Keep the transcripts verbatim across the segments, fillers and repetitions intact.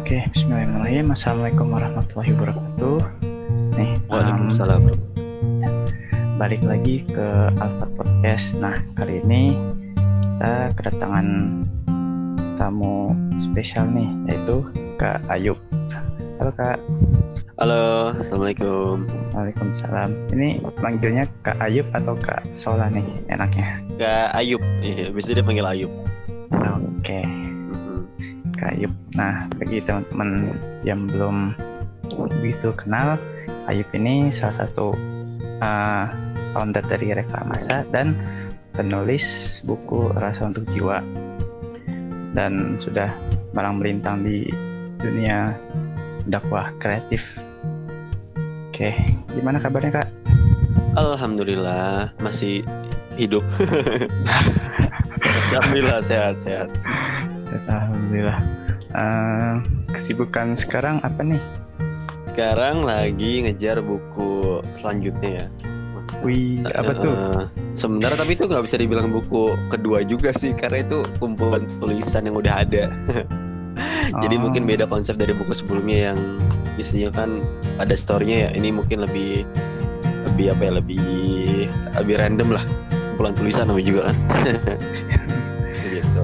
Oke, bismillahirrahmanirrahim. Assalamualaikum warahmatullahi wabarakatuh. Nih, Waalaikumsalam. um, balik lagi ke Alpha Podcast. Nah, kali ini kita kedatangan tamu spesial nih, yaitu Kak Ayub. Halo Kak. Halo, assalamualaikum. Waalaikumsalam. Ini manggilnya Kak Ayub atau Kak Sola nih enaknya? Kak Ayub, iya, bisa dipanggil Ayub. Oke, Kak Ayub. Nah, bagi teman-teman yang belum begitu kenal, Ayub ini salah satu uh, founder dari Reklamasa dan penulis buku Rasa Untuk Jiwa, dan sudah malang melintang di dunia dakwah kreatif. Oke, gimana kabarnya Kak? Alhamdulillah masih hidup. Alhamdulillah sehat-sehat. Alhamdulillah. Uh, kesibukan sekarang apa nih? Sekarang lagi ngejar buku selanjutnya ya. Wih, apa tuh? Uh, sebenarnya tapi itu nggak bisa dibilang buku kedua juga sih, karena itu kumpulan tulisan yang udah ada. Jadi Oh. mungkin beda konsep dari buku sebelumnya yang isinya kan ada story-nya ya. Ini mungkin lebih lebih apa ya, lebih lebih random lah. Kumpulan tulisan namanya juga kan. Gitu.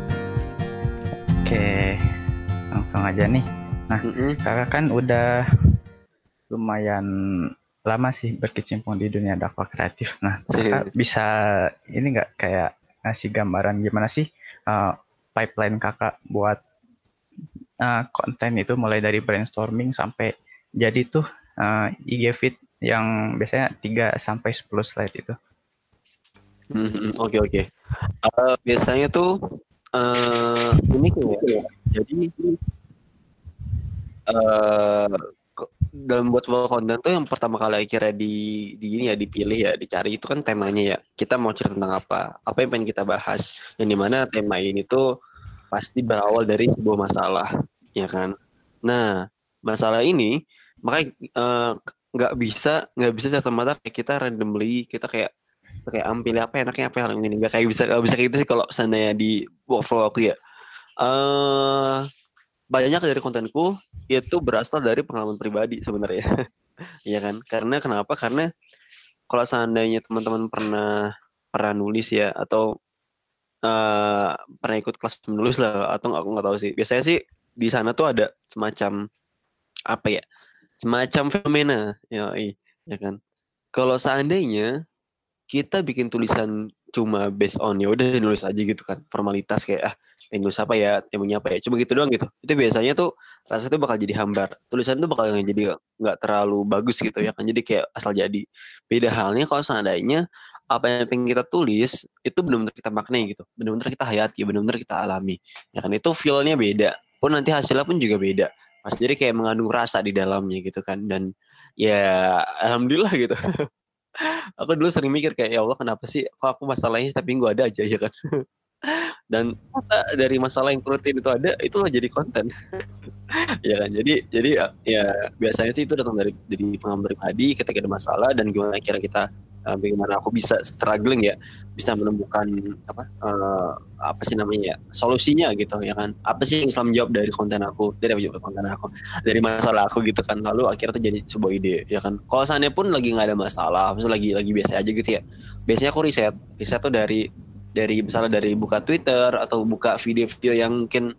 Oke, langsung aja nih. Nah, Mm-mm. kakak kan udah lumayan lama sih berkecimpung di dunia dakwah kreatif. Nah, kakak bisa ini nggak kayak ngasih gambaran gimana sih uh, pipeline kakak buat uh, konten itu, mulai dari brainstorming sampai jadi tuh uh, I G feed yang biasanya tiga sampai sepuluh slide itu. Mhm, Oke oke. Eh, biasanya tuh eh ini kayak jadi eh ke- dalam buat sebuah konten tuh yang pertama kali akhirnya di di ini ya dipilih ya dicari itu kan temanya ya. Kita mau cerita tentang apa? Apa yang pengen kita bahas? Yang dimana tema ini tuh pasti berawal dari sebuah masalah, ya kan? Nah, masalah ini makanya eh, nggak bisa nggak bisa serta-merta kayak kita randomly kita kayak kayak ambil apa enaknya apa yang ini nggak kayak bisa nggak bisa kayak gitu sih kalau seandainya di workflow aku ya. Eh banyak dari kontenku itu berasal dari pengalaman pribadi sebenarnya. Iya kan? Karena kenapa? Karena kalau seandainya teman-teman pernah pernah nulis ya atau eh pernah ikut kelas menulis lah atau aku nggak tahu sih. Biasanya sih di sana tuh ada semacam apa ya? Semacam fenomena ya, ya kan? Kalau seandainya kita bikin tulisan cuma based on ya udah nulis aja gitu kan, formalitas kayak ah eh, nulis apa ya, temanya apa ya, cuma gitu doang gitu, itu biasanya tuh rasanya tuh bakal jadi hambar, tulisan tuh bakal nggak jadi nggak terlalu bagus gitu ya kan, jadi kayak asal jadi. Beda halnya kalau seandainya apa yang pengen kita tulis itu benar-benar kita maknai gitu, benar-benar kita hayati, benar-benar kita alami, ya kan, itu feel-nya beda, pun nanti hasilnya pun juga beda pas, jadi kayak mengandung rasa di dalamnya gitu kan. Dan ya alhamdulillah gitu. Aku dulu sering mikir kayak ya Allah kenapa sih kok aku masalahnya tapi gue ada aja ya kan. Dan ternyata dari masalah yang rutin itu ada itu lah jadi konten. Ya kan, jadi jadi ya, ya biasanya sih itu datang dari dari pengalaman pribadi ketika ada masalah dan gimana kira kita uh, bagaimana aku bisa struggling ya, bisa menemukan apa uh, apa sih namanya ya, solusinya gitu ya kan, apa sih yang Islam jawab dari konten aku, dari apa jawab konten aku, dari masalah aku gitu kan, lalu akhirnya tuh jadi sebuah ide ya kan. Kalau seandainya pun lagi nggak ada masalah, misalnya lagi lagi biasa aja gitu ya, biasanya aku riset riset tuh dari dari misalnya dari buka Twitter atau buka video-video yang mungkin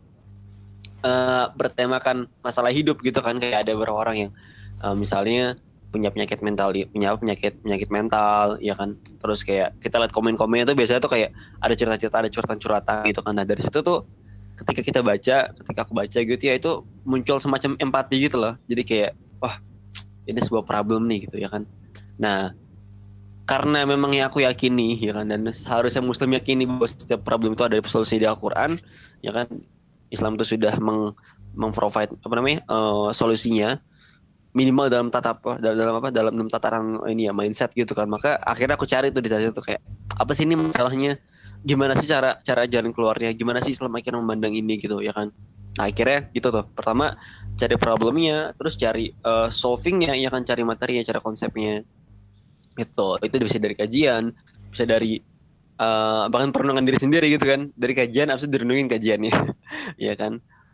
uh, bertemakan masalah hidup gitu kan, kayak ada beberapa orang yang uh, misalnya punya penyakit mental, punya penyakit penyakit mental ya kan, terus kayak kita lihat komen-komennya tuh biasanya tuh kayak ada cerita-cerita, ada curhatan-curhatan gitu kan. Nah dari situ tuh ketika kita baca, ketika aku baca gitu ya, itu muncul semacam empati gitu loh, jadi kayak wah ini sebuah problem nih gitu ya kan. Nah karena memang yang aku yakini ya kan, dan seharusnya muslim yakini bahwa setiap problem itu ada solusi di Al-Quran ya kan, Islam itu sudah meng memprovide apa namanya uh, solusinya minimal dalam tata apa dalam, dalam apa dalam, dalam tataran ini ya, mindset gitu kan. Maka akhirnya aku cari tuh di situ kayak apa sih ini masalahnya, gimana sih cara cara jalan keluarnya, gimana sih Islam akhirnya memandang ini gitu ya kan. Nah akhirnya gitu tuh, pertama cari problemnya, terus cari uh, solvingnya ya kan, cari materinya, cara konsepnya itu itu bisa dari kajian, bisa dari uh, bahkan perenungan diri sendiri gitu kan, dari kajian abis itu direnungin kajiannya. Ya kan.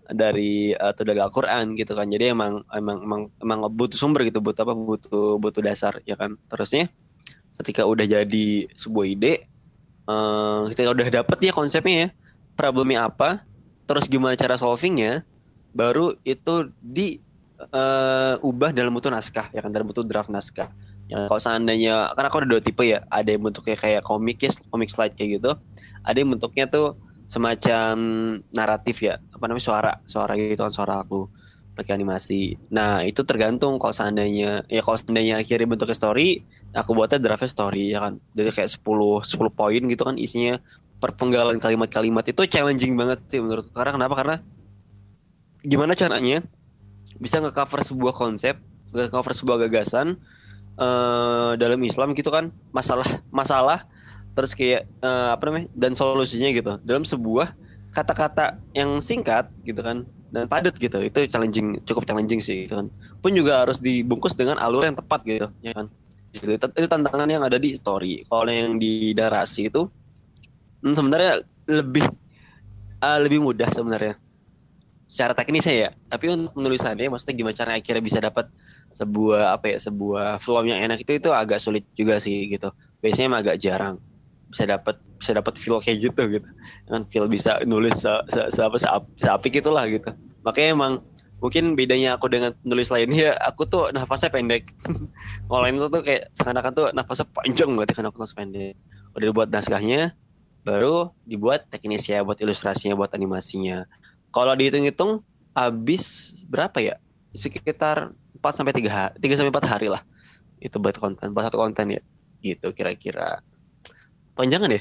dari atau dari Al-Qur'an gitu kan. Jadi emang emang emang emang butuh sumber gitu, butuh apa butuh butuh dasar ya kan. Terusnya ketika udah jadi sebuah ide, uh, ketika udah dapet ya konsepnya ya, problemnya apa, terus gimana cara solvingnya, baru itu di uh, ubah dalam bentuk naskah ya kan, dalam bentuk draft naskah. Ya, kalau seandainya, kan aku ada dua tipe ya, ada yang bentuknya kayak komik ya, komik slide kayak gitu, ada yang bentuknya tuh semacam naratif ya, apa namanya suara, suara gitu kan, suara aku pakai animasi. Nah itu tergantung kalau seandainya, ya kalau seandainya akhirnya bentuknya story, aku buatnya draftnya story ya kan, jadi kayak sepuluh sepuluh poin gitu kan isinya, perpenggalan kalimat-kalimat itu challenging banget sih menurutku. Karena kenapa? Karena gimana caranya bisa nge-cover sebuah konsep, nge-cover sebuah gagasan uh, dalam Islam gitu kan, masalah masalah terus kayak uh, apa namanya, dan solusinya gitu dalam sebuah kata-kata yang singkat gitu kan dan padat gitu. Itu challenging, cukup challenging sih gitu kan. Pun juga harus dibungkus dengan alur yang tepat gitu ya kan. Itu, itu tantangan yang ada di story. Kalau yang di narasi itu hmm, sebenarnya lebih uh, lebih mudah sebenarnya secara teknisnya ya, tapi untuk penulisannya maksudnya gimana cara akhirnya bisa dapat sebuah apa ya, sebuah flow yang enak, itu itu agak sulit juga sih gitu. Biasanya emang agak jarang bisa dapat bisa dapat feel kayak gitu gitu kan, feel bisa nulis se, se, se apa se, se apik itulah gitu. Makanya emang mungkin bedanya aku dengan penulis lainnya, aku tuh nafasnya pendek. Kalau lain tuh kayak seakan-akan tuh nafasnya panjang banget kan, aku nafas pendek. Udah dibuat naskahnya, baru dibuat teknisnya, buat ilustrasinya, buat animasinya. Kalau dihitung-hitung habis berapa ya? Sekitar empat sampai tiga hari, tiga sampai empat hari lah. Itu buat konten, buat satu konten ya. Gitu kira-kira. Panjangan ya?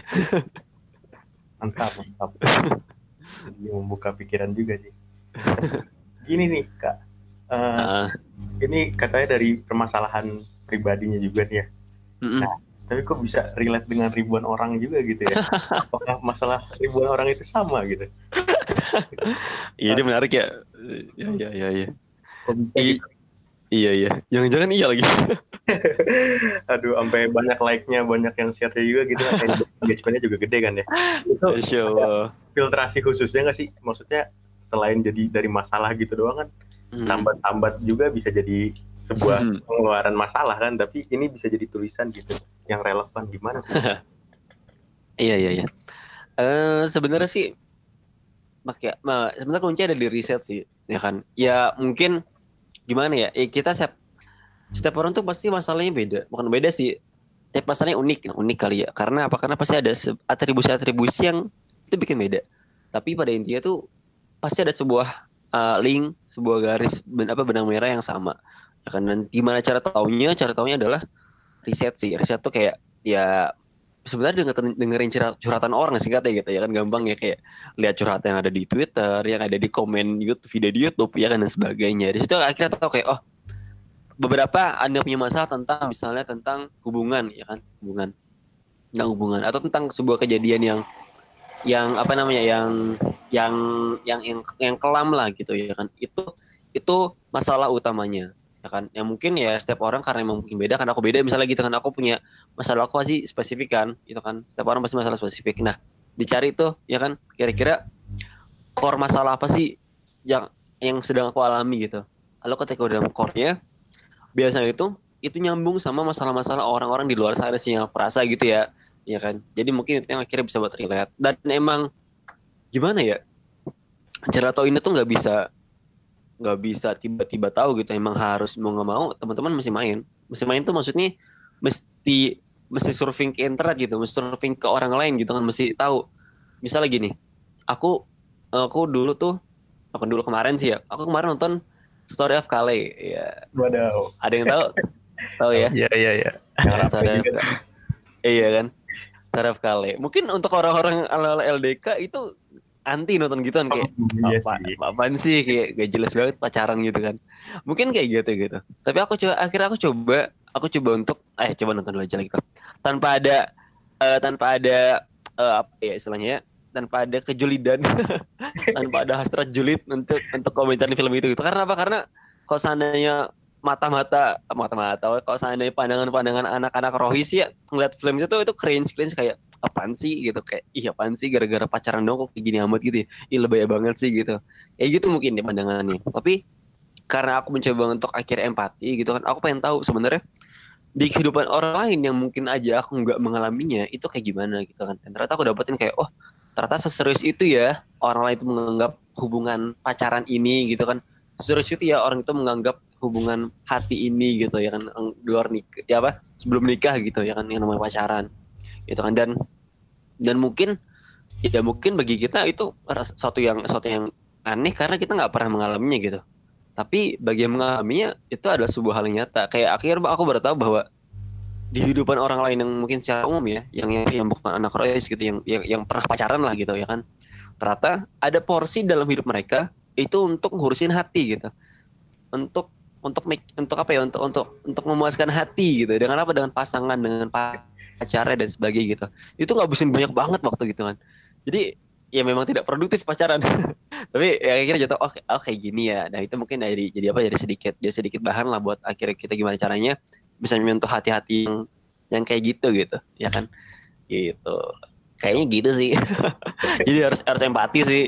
Mantap, mantap. Jadi membuka pikiran juga sih. Gini nih, Kak. Uh, uh. Ini katanya dari permasalahan pribadinya juga nih ya. Mm-mm. Nah, tapi kok bisa relate dengan ribuan orang juga gitu ya? Apakah masalah ribuan orang itu sama gitu? Iya, ini menarik ya. Iya, iya, iya. iya. I- gitu? Iya, iya. Jangan-jangan iya lagi. Aduh, sampai banyak like-nya, banyak yang share-nya juga gitu. Engagement-nya juga gede kan ya. Itu ada filtrasi khususnya nggak sih? Maksudnya selain jadi dari masalah gitu doang kan, hmm. tambat-tambat juga bisa jadi sebuah hmm. pengeluaran masalah kan. Tapi ini bisa jadi tulisan gitu, yang relevan gimana tuh? Iya, iya, iya. Uh, sebenarnya sih makanya nah, sebenarnya kunci ada di riset sih, ya kan. Ya mungkin gimana ya? Eh, kita setiap setiap orang tuh pasti masalahnya beda. Bukan beda sih. Setiap masalahnya unik, unik kali ya. Karena apa? Karena pasti ada atribusi-atribusi yang itu bikin beda. Tapi pada intinya tuh pasti ada sebuah uh, link, sebuah garis ben, apa benang merah yang sama. Ya kan. Dan gimana cara taunya? Cara taunya adalah riset sih. Riset tuh kayak ya sebenarnya dengerin, dengerin curhatan orang singkatnya gitu ya kan, gampang ya, kayak lihat curhatan yang ada di Twitter, yang ada di komen YouTube, video di YouTube ya kan, dan sebagainya. Di situ akhirnya tahu kayak oh beberapa Anda punya masalah tentang misalnya tentang hubungan ya kan, hubungan tentang hubungan atau tentang sebuah kejadian yang yang apa namanya yang yang yang yang, yang kelam lah gitu ya kan. Itu itu masalah utamanya ya kan, yang mungkin ya setiap orang karena emang mungkin beda kan, aku beda misalnya gitu kan, aku punya masalah aku pasti spesifik kan itu kan, setiap orang pasti masalah spesifik. Nah dicari tuh ya kan, kira-kira core masalah apa sih yang yang sedang aku alami gitu. Lalu ketika udah core-nya, biasanya itu itu nyambung sama masalah-masalah orang-orang di luar sana sih yang aku rasa gitu ya ya kan. Jadi mungkin itu yang akhirnya bisa buat relate. Dan emang gimana ya, cara tahu ini tuh nggak bisa nggak bisa tiba-tiba tahu gitu. Emang harus mau nggak mau teman-teman mesti main mesti main tuh maksudnya mesti mesti surfing ke internet gitu, mesti surfing ke orang lain gitu kan, mesti tahu. Misalnya gini, aku aku dulu tuh aku dulu kemarin sih ya aku kemarin nonton Story of Kale ya. Waduh. Ada yang tahu? Tahu ya? Iya iya iya. Story of Kale. Iya kan? Story of Kale. Mungkin untuk orang-orang ala-ala L D K itu anti nonton gituan kayak oh, iya apa, sih. apaan sih kayak gak jelas banget pacaran gitu kan. Mungkin kayak gitu gitu. Tapi aku coba akhirnya aku coba aku coba untuk eh coba nonton dulu aja gitu. Tanpa ada uh, tanpa ada uh, apa ya istilahnya, tanpa ada kejulidan, tanpa ada hasrat julid untuk untuk komentar di film itu gitu. Karena apa? Karena kalau seandainya mata-mata mata-mata kalau seandainya pandangan-pandangan anak-anak rohis ya ngeliat film itu tuh itu cringe cringe kayak apaan sih gitu, kayak ih apaan sih gara-gara pacaran dong kok kayak gini amat gitu ya, ih lebay banget sih gitu, kayak gitu mungkin ya pandangannya. Tapi karena aku mencoba untuk akhirnya empati gitu kan, aku pengen tahu sebenarnya di kehidupan orang lain yang mungkin aja aku nggak mengalaminya itu kayak gimana gitu kan. Dan ternyata aku dapetin kayak oh ternyata seserius itu ya orang lain itu menganggap hubungan pacaran ini gitu kan, seserius itu ya orang itu menganggap hubungan hati ini gitu ya kan, luar nikah ya apa sebelum nikah gitu ya kan, yang namanya pacaran gitu kan. Dan dan mungkin ya mungkin bagi kita itu sesuatu yang sesuatu yang aneh karena kita nggak pernah mengalaminya gitu. Tapi bagi yang mengalaminya itu adalah sebuah hal yang nyata. Kayak akhirnya aku baru tahu bahwa di kehidupan orang lain yang mungkin secara umum ya, yang yang, yang bukan anak Royce gitu, yang, yang yang pernah pacaran lah gitu ya kan, ternyata ada porsi dalam hidup mereka itu untuk ngurusin hati gitu, untuk untuk make, untuk apa ya, untuk untuk untuk memuaskan hati gitu. Dengan apa? Dengan pasangan, dengan pacarnya dan sebagainya gitu. Itu ngabisin banyak banget waktu gitu kan. Jadi ya memang tidak produktif pacaran. Tapi ya akhirnya jatuh oh, oh kayak gini ya. Nah itu mungkin jadi jadi apa jadi sedikit jadi sedikit bahan lah buat akhirnya kita gimana caranya bisa menyentuh hati-hati yang yang kayak gitu gitu ya kan, gitu kayaknya gitu sih. Jadi harus harus empati sih.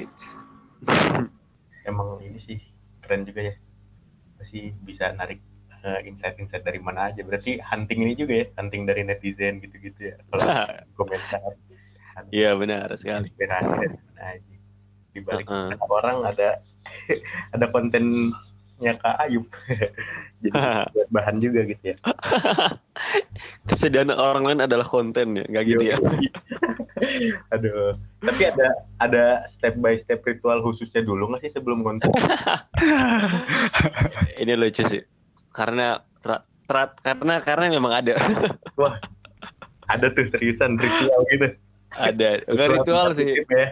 Emang ini sih keren juga ya, masih bisa narik uh, insight-insight dari mana aja. Berarti hunting ini juga ya, hunting dari netizen gitu-gitu ya kalau komentar. Iya benar sekali. Di balik uh-uh. orang ada ada kontennya Kak Ayub. Jadi buat bahan juga gitu ya. Kesedihan orang lain adalah konten ya, nggak gitu ya. Aduh. Tapi ada ada step by step ritual khususnya dulu nggak sih sebelum konten? Ini lucu sih. Karena terat, terat, karena karena memang ada. Wah. Ada tuh seriusan ritual gitu. Ada, enggak ritual sih. Ya.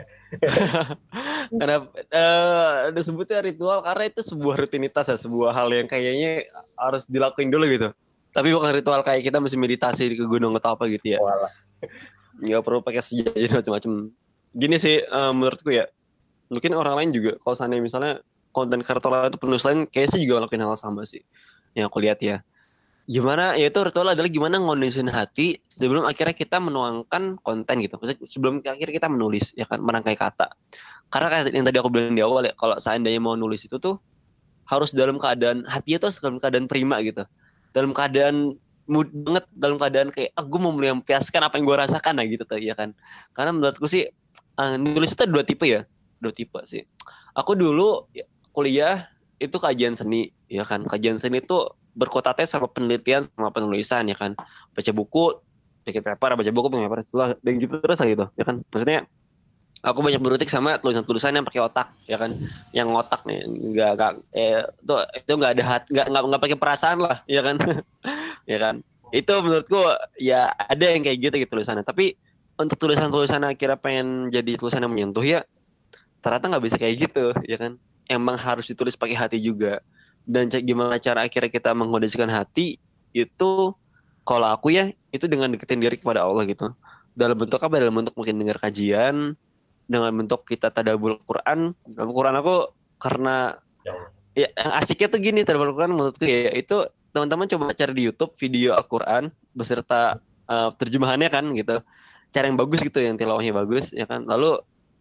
Karena uh, disebutnya ritual karena itu sebuah rutinitas ya, sebuah hal yang kayaknya harus dilakuin dulu gitu. Tapi bukan ritual kayak kita mesti meditasi di ke gunung atau apa gitu ya. Walah. Nggak perlu pakai sejajar macam-macam. Gini sih uh, menurutku ya. Mungkin orang lain juga kalau seandainya misalnya konten kreator itu penulis lain kayaknya juga ngelakuin hal sama sih. Yang aku lihat ya. Gimana ya itu ritual adalah gimana ngondisin hati sebelum akhirnya kita menuangkan konten gitu. Maksudnya sebelum akhirnya kita menulis ya kan, merangkai kata. Karena kayak yang tadi aku bilang di awal ya, kalau seandainya mau nulis itu tuh harus dalam keadaan hati itu harus dalam keadaan prima gitu. Dalam keadaan mood banget, dalam keadaan kayak ah gue mau melampiaskan apa yang gue rasakan lah gitu tuh ya kan. Karena menurutku sih uh, nulis itu ada dua tipe ya. Dua tipe sih. Aku dulu ya, kuliah itu kajian seni ya kan. Kajian seni itu berkutatnya sama penelitian sama penulisan ya kan, baca buku, bikin paper, baca buku, bikin paper, dan gitu terus lah gitu ya kan. Maksudnya aku banyak berutik sama tulisan-tulisan yang pakai otak ya kan, yang otak nih nggak nggak eh, itu itu nggak ada hati, nggak nggak nggak pakai perasaan lah ya kan. Ya kan, itu menurutku ya ada yang kayak gitu gitu tulisannya. Tapi untuk tulisan-tulisan akhirnya pengen jadi tulisan yang menyentuh ya ternyata nggak bisa kayak gitu ya kan, emang harus ditulis pakai hati juga. Dan gimana cara akhirnya kita mengkondisikan hati itu kalau aku ya itu dengan deketin diri kepada Allah gitu. Dalam bentuk apa? Dalam bentuk mungkin dengar kajian, dengan bentuk kita tadabbur Quran. Dalam Quran aku karena ya yang asiknya tuh gini, tadabbur Quran menurutku ya itu teman-teman coba cari di YouTube video Al-Quran beserta uh, terjemahannya kan gitu. Cara yang bagus gitu, yang tilawahnya bagus ya kan. Lalu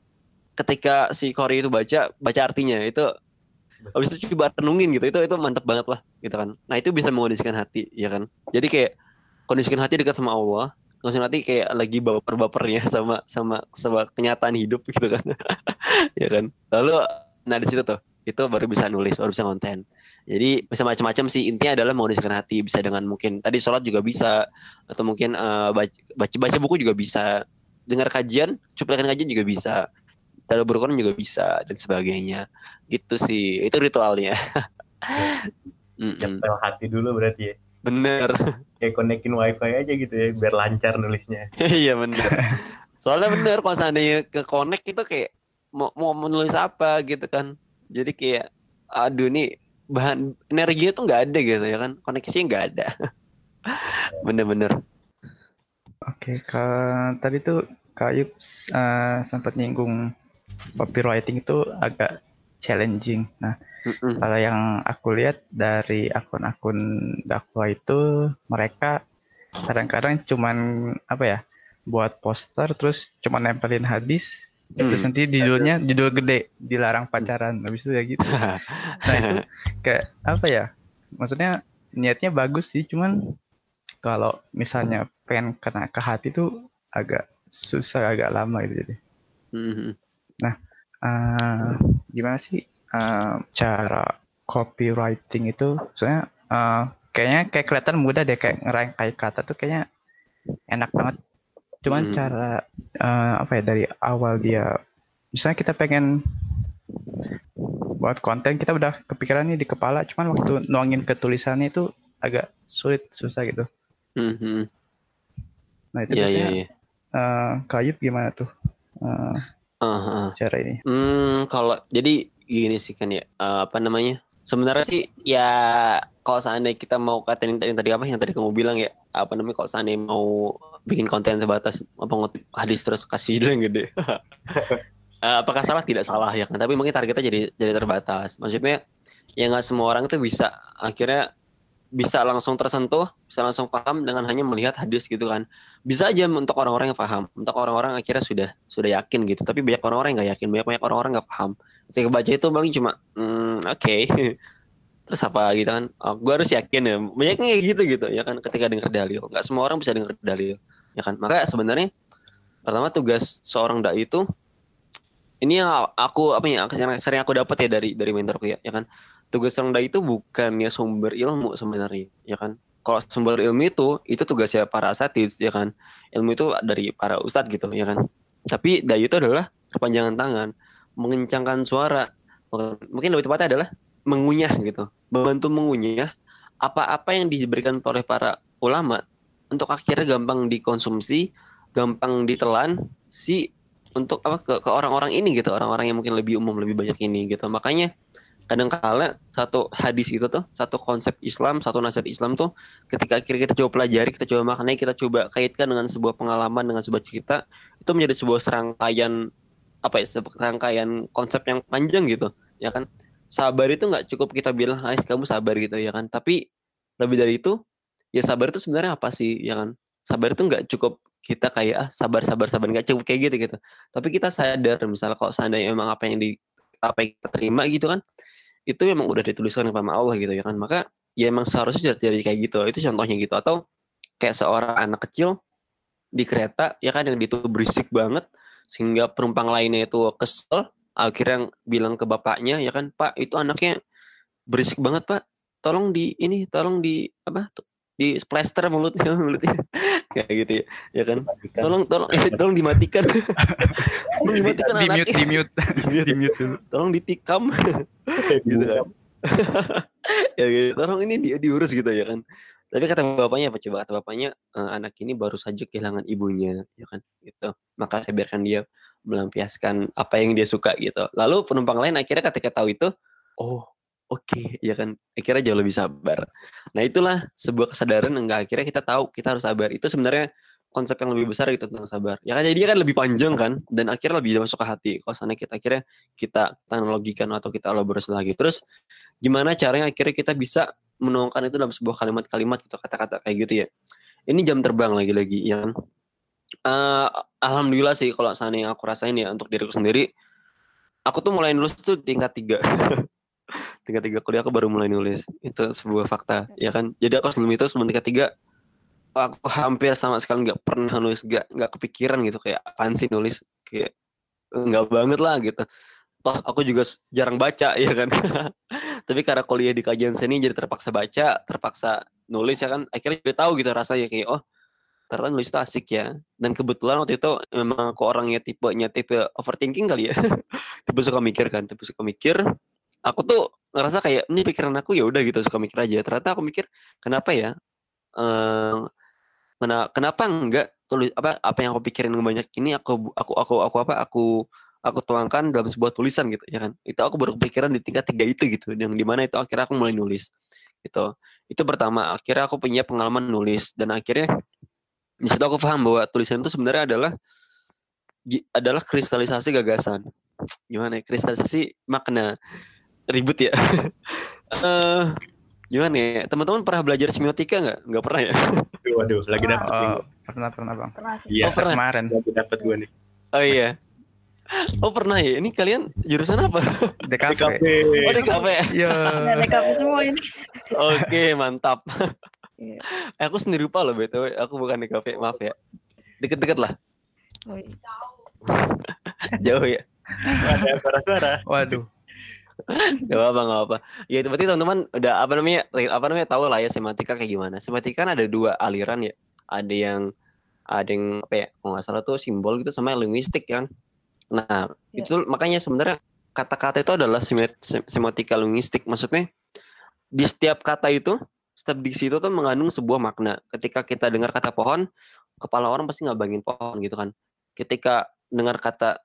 ketika si Qori itu baca baca artinya itu, habis itu coba renungin gitu, itu itu mantep banget lah gitu kan. Nah itu bisa mengondisikan hati ya kan. Jadi kayak kondisikan hati dekat sama Allah, kondisikan hati kayak lagi baper-bapernya sama sama sama kenyataan hidup gitu kan. Ya kan. Lalu nah di situ tuh itu baru bisa nulis, baru bisa konten. Jadi bisa macam-macam sih, intinya adalah mengondisikan hati. Bisa dengan mungkin tadi sholat juga bisa, atau mungkin uh, baca, baca baca buku juga bisa, dengar kajian, cuplikan kajian juga bisa, dalam berkorban juga bisa dan sebagainya. Gitu sih, itu ritualnya. Nyetel hati dulu berarti ya. Bener. Kayak konekin wifi aja gitu ya, biar lancar nulisnya. Iya bener. Soalnya bener, kalau seandainya ke connect itu kayak mau mau menulis apa gitu kan. Jadi kayak aduh nih bahan energinya tuh nggak ada gitu ya kan, koneksinya nggak ada. Bener-bener. Oke, kalau tadi tuh Kak Ayub uh, sempat nyinggung copywriting itu agak challenging. Nah, mm-mm. Kalau yang aku lihat dari akun-akun dakwah itu mereka kadang-kadang cuman apa ya, buat poster terus cuma nempelin hadis. Hmm. Terus nanti judulnya judul gede, dilarang pacaran, habis itu ya gitu. Nah itu kayak apa ya, maksudnya niatnya bagus sih, cuman kalau misalnya pengen kena ke hati tuh agak susah, agak lama gitu jadi. Hmm. Nah uh, gimana sih uh, cara copywriting itu, soalnya uh, kayaknya kayak kelihatan mudah deh, kayak ngerangkai kata tuh kayaknya enak banget. Cuman Hmm. cara uh, apa ya, dari awal dia, misalnya kita pengen buat konten, kita udah kepikiran nih di kepala, cuman waktu nuangin ke tulisannya itu agak sulit, susah gitu. Hmm. Nah itu Ya, biasanya ya, ya. uh, Kayub gimana tuh uh, Uh-huh. cara ini? Hmm, kalau jadi gini sih kan ya, uh, apa namanya? Sebenarnya sih ya kalau seandainya kita mau katain tadi tadi apa yang tadi kamu bilang ya, apa namanya, kalau seandainya mau bikin konten sebatas apa ngutip hadis terus kasih judul yang gede. Uh, apakah salah? Tidak salah ya kan, tapi mungkin targetnya jadi jadi terbatas. Maksudnya ya nggak semua orang itu bisa akhirnya bisa langsung tersentuh, bisa langsung paham dengan hanya melihat hadis gitu kan. Bisa aja untuk orang-orang yang paham, untuk orang-orang akhirnya sudah sudah yakin gitu. Tapi banyak orang-orang yang nggak yakin, banyak banyak orang-orang nggak paham. Ketika baca itu paling cuma, hmm, oke, okay. Terus apa gitu kan? Oh, gue harus yakin ya. Banyaknya kayak gitu gitu ya kan. Ketika dengar dalil, nggak semua orang bisa dengar dalil, ya kan. Maka sebenarnya pertama tugas seorang dai itu, ini yang aku apa ya, sering, sering aku dapat ya dari dari mentorku ya, ya kan. Tugas seorang dai itu bukannya sumber ilmu sebenarnya, ya kan. Kalau sumber ilmu itu itu tugasnya para asatidz, ya kan. Ilmu itu dari para ustadz gitu, ya kan. Tapi dai itu adalah perpanjangan tangan, mengencangkan suara. Mungkin lebih tepatnya adalah mengunyah gitu, membantu mengunyah apa-apa yang diberikan oleh para ulama untuk akhirnya gampang dikonsumsi, gampang ditelan si untuk apa ke, ke orang-orang ini gitu, orang-orang yang mungkin lebih umum, lebih banyak ini gitu. Makanya kadang-kala satu hadis itu tuh, satu konsep Islam, satu nasihat Islam tuh, ketika akhirnya kita coba pelajari, kita coba maknai, kita coba kaitkan dengan sebuah pengalaman, dengan sebuah cerita, itu menjadi sebuah serangkaian apa ya, serangkaian konsep yang panjang gitu, ya kan. Sabar itu nggak cukup kita bilang, Ais kamu sabar gitu, ya kan. Tapi lebih dari itu, ya sabar itu sebenarnya apa sih, ya kan. Sabar itu nggak cukup kita kayak ah, sabar sabar sabar, nggak cukup kayak gitu gitu. Tapi kita sadar misalnya kalau seandainya memang apa yang di apa yang kita terima gitu kan, itu memang udah dituliskan sama Allah gitu, ya kan. Maka ya emang seharusnya jadi kayak gitu. Itu contohnya gitu. Atau kayak seorang anak kecil di kereta, ya kan, yang itu berisik banget sehingga penumpang lainnya itu kesel, akhirnya bilang ke bapaknya, ya kan, Pak itu anaknya berisik banget Pak, tolong di ini, tolong di apa di plester mulutnya mulutnya kayak gitu ya, ya kan, tolong tolong eh, tolong dimatikan tolong dimatikan di anaknya, mute di mute di mute dulu, tolong ditikam gitu kan. Ya gitu, tolong ini di, diurus gitu, ya kan. Tapi kata bapaknya apa coba? Kata bapaknya, e, anak ini baru saja kehilangan ibunya, ya kan, gitu. Maka saya biarkan dia melampiaskan apa yang dia suka gitu. Lalu penumpang lain akhirnya ketika tahu itu, oh oke, okay, ya kan, akhirnya jauh lebih sabar. Nah itulah sebuah kesadaran, enggak, akhirnya kita tahu kita harus sabar. Itu sebenarnya konsep yang lebih besar gitu tentang sabar. Ya kan, jadi dia kan lebih panjang kan, dan akhirnya lebih masuk ke hati. Kalau sana kita akhirnya kita analogikan atau kita elaborasi lagi. Terus gimana caranya akhirnya kita bisa menuangkan itu dalam sebuah kalimat-kalimat gitu, kata-kata kayak gitu ya. Ini jam terbang lagi-lagi ya. Uh, Alhamdulillah sih kalau seandainya aku rasain ya untuk diriku sendiri, aku tuh mulai nulis tuh tingkat tiga. tingkat tiga kuliah aku baru mulai nulis. Itu sebuah fakta, ya kan. Jadi aku sebelum itu, sebelum tingkat tiga, aku hampir sama sekali nggak pernah nulis, nggak nggak kepikiran gitu, kayak apaan sih nulis, kayak nggak banget lah gitu. Toh aku juga jarang baca, ya kan. Tapi karena kuliah di kajian seni jadi terpaksa baca, terpaksa nulis, ya kan. Akhirnya jadi tahu gitu rasanya, kayak oh ternyata nulis itu asik ya. Dan kebetulan waktu itu memang aku orangnya tipenya tipe overthinking kali ya. Tipe suka mikir kan, tipe suka mikir. Aku tuh ngerasa kayak ini pikiran aku, ya udah gitu, suka mikir aja. Ternyata aku mikir, kenapa ya? Eh, kenapa enggak tulis apa apa yang aku pikirin banyak ini aku aku aku aku apa aku aku tuangkan dalam sebuah tulisan gitu, ya kan. Itu aku baru kepikiran di tingkat tiga itu gitu, yang dimana itu akhirnya aku mulai nulis gitu. Itu pertama, akhirnya aku punya pengalaman nulis, dan akhirnya di situ aku paham bahwa tulisan itu sebenarnya adalah adalah kristalisasi gagasan. Gimana ya, kristalisasi makna, ribut ya. uh, gimana ya, teman-teman pernah belajar semiotika nggak? Nggak pernah ya. Waduh, waduh, lagi dapet Oh, nih. pernah pernah bang. Pernah sih. Iya, Oh, pernah. Kemarin lagi dapet gue nih. Oh iya. Oh pernah ya? Ini kalian jurusan apa? D K Di P. kafe. Oh di kafe. Iya. Ada D K P semua ini. Oke mantap. Iya. Eh, aku sendiri lupa loh btw. Aku bukan di kafe, maaf ya. Deket-deket lah. Oh, iya. Jauh ya. Ada suara-suara. Waduh. Gak apa-apa, gak apa. Ya itu berarti teman-teman udah apa namanya, apa namanya tahu lah ya semiotika kayak gimana. Semiotika kan ada dua aliran ya. Ada yang ada yang apa ya? Kalau nggak salah tuh simbol gitu sama linguistik kan. Nah Ya. itu makanya sebenarnya kata-kata itu adalah semi- semiotika linguistik. Maksudnya di setiap kata itu, setiap diksi itu tuh mengandung sebuah makna. Ketika kita dengar kata pohon, kepala orang pasti ngabangin pohon gitu kan. Ketika dengar kata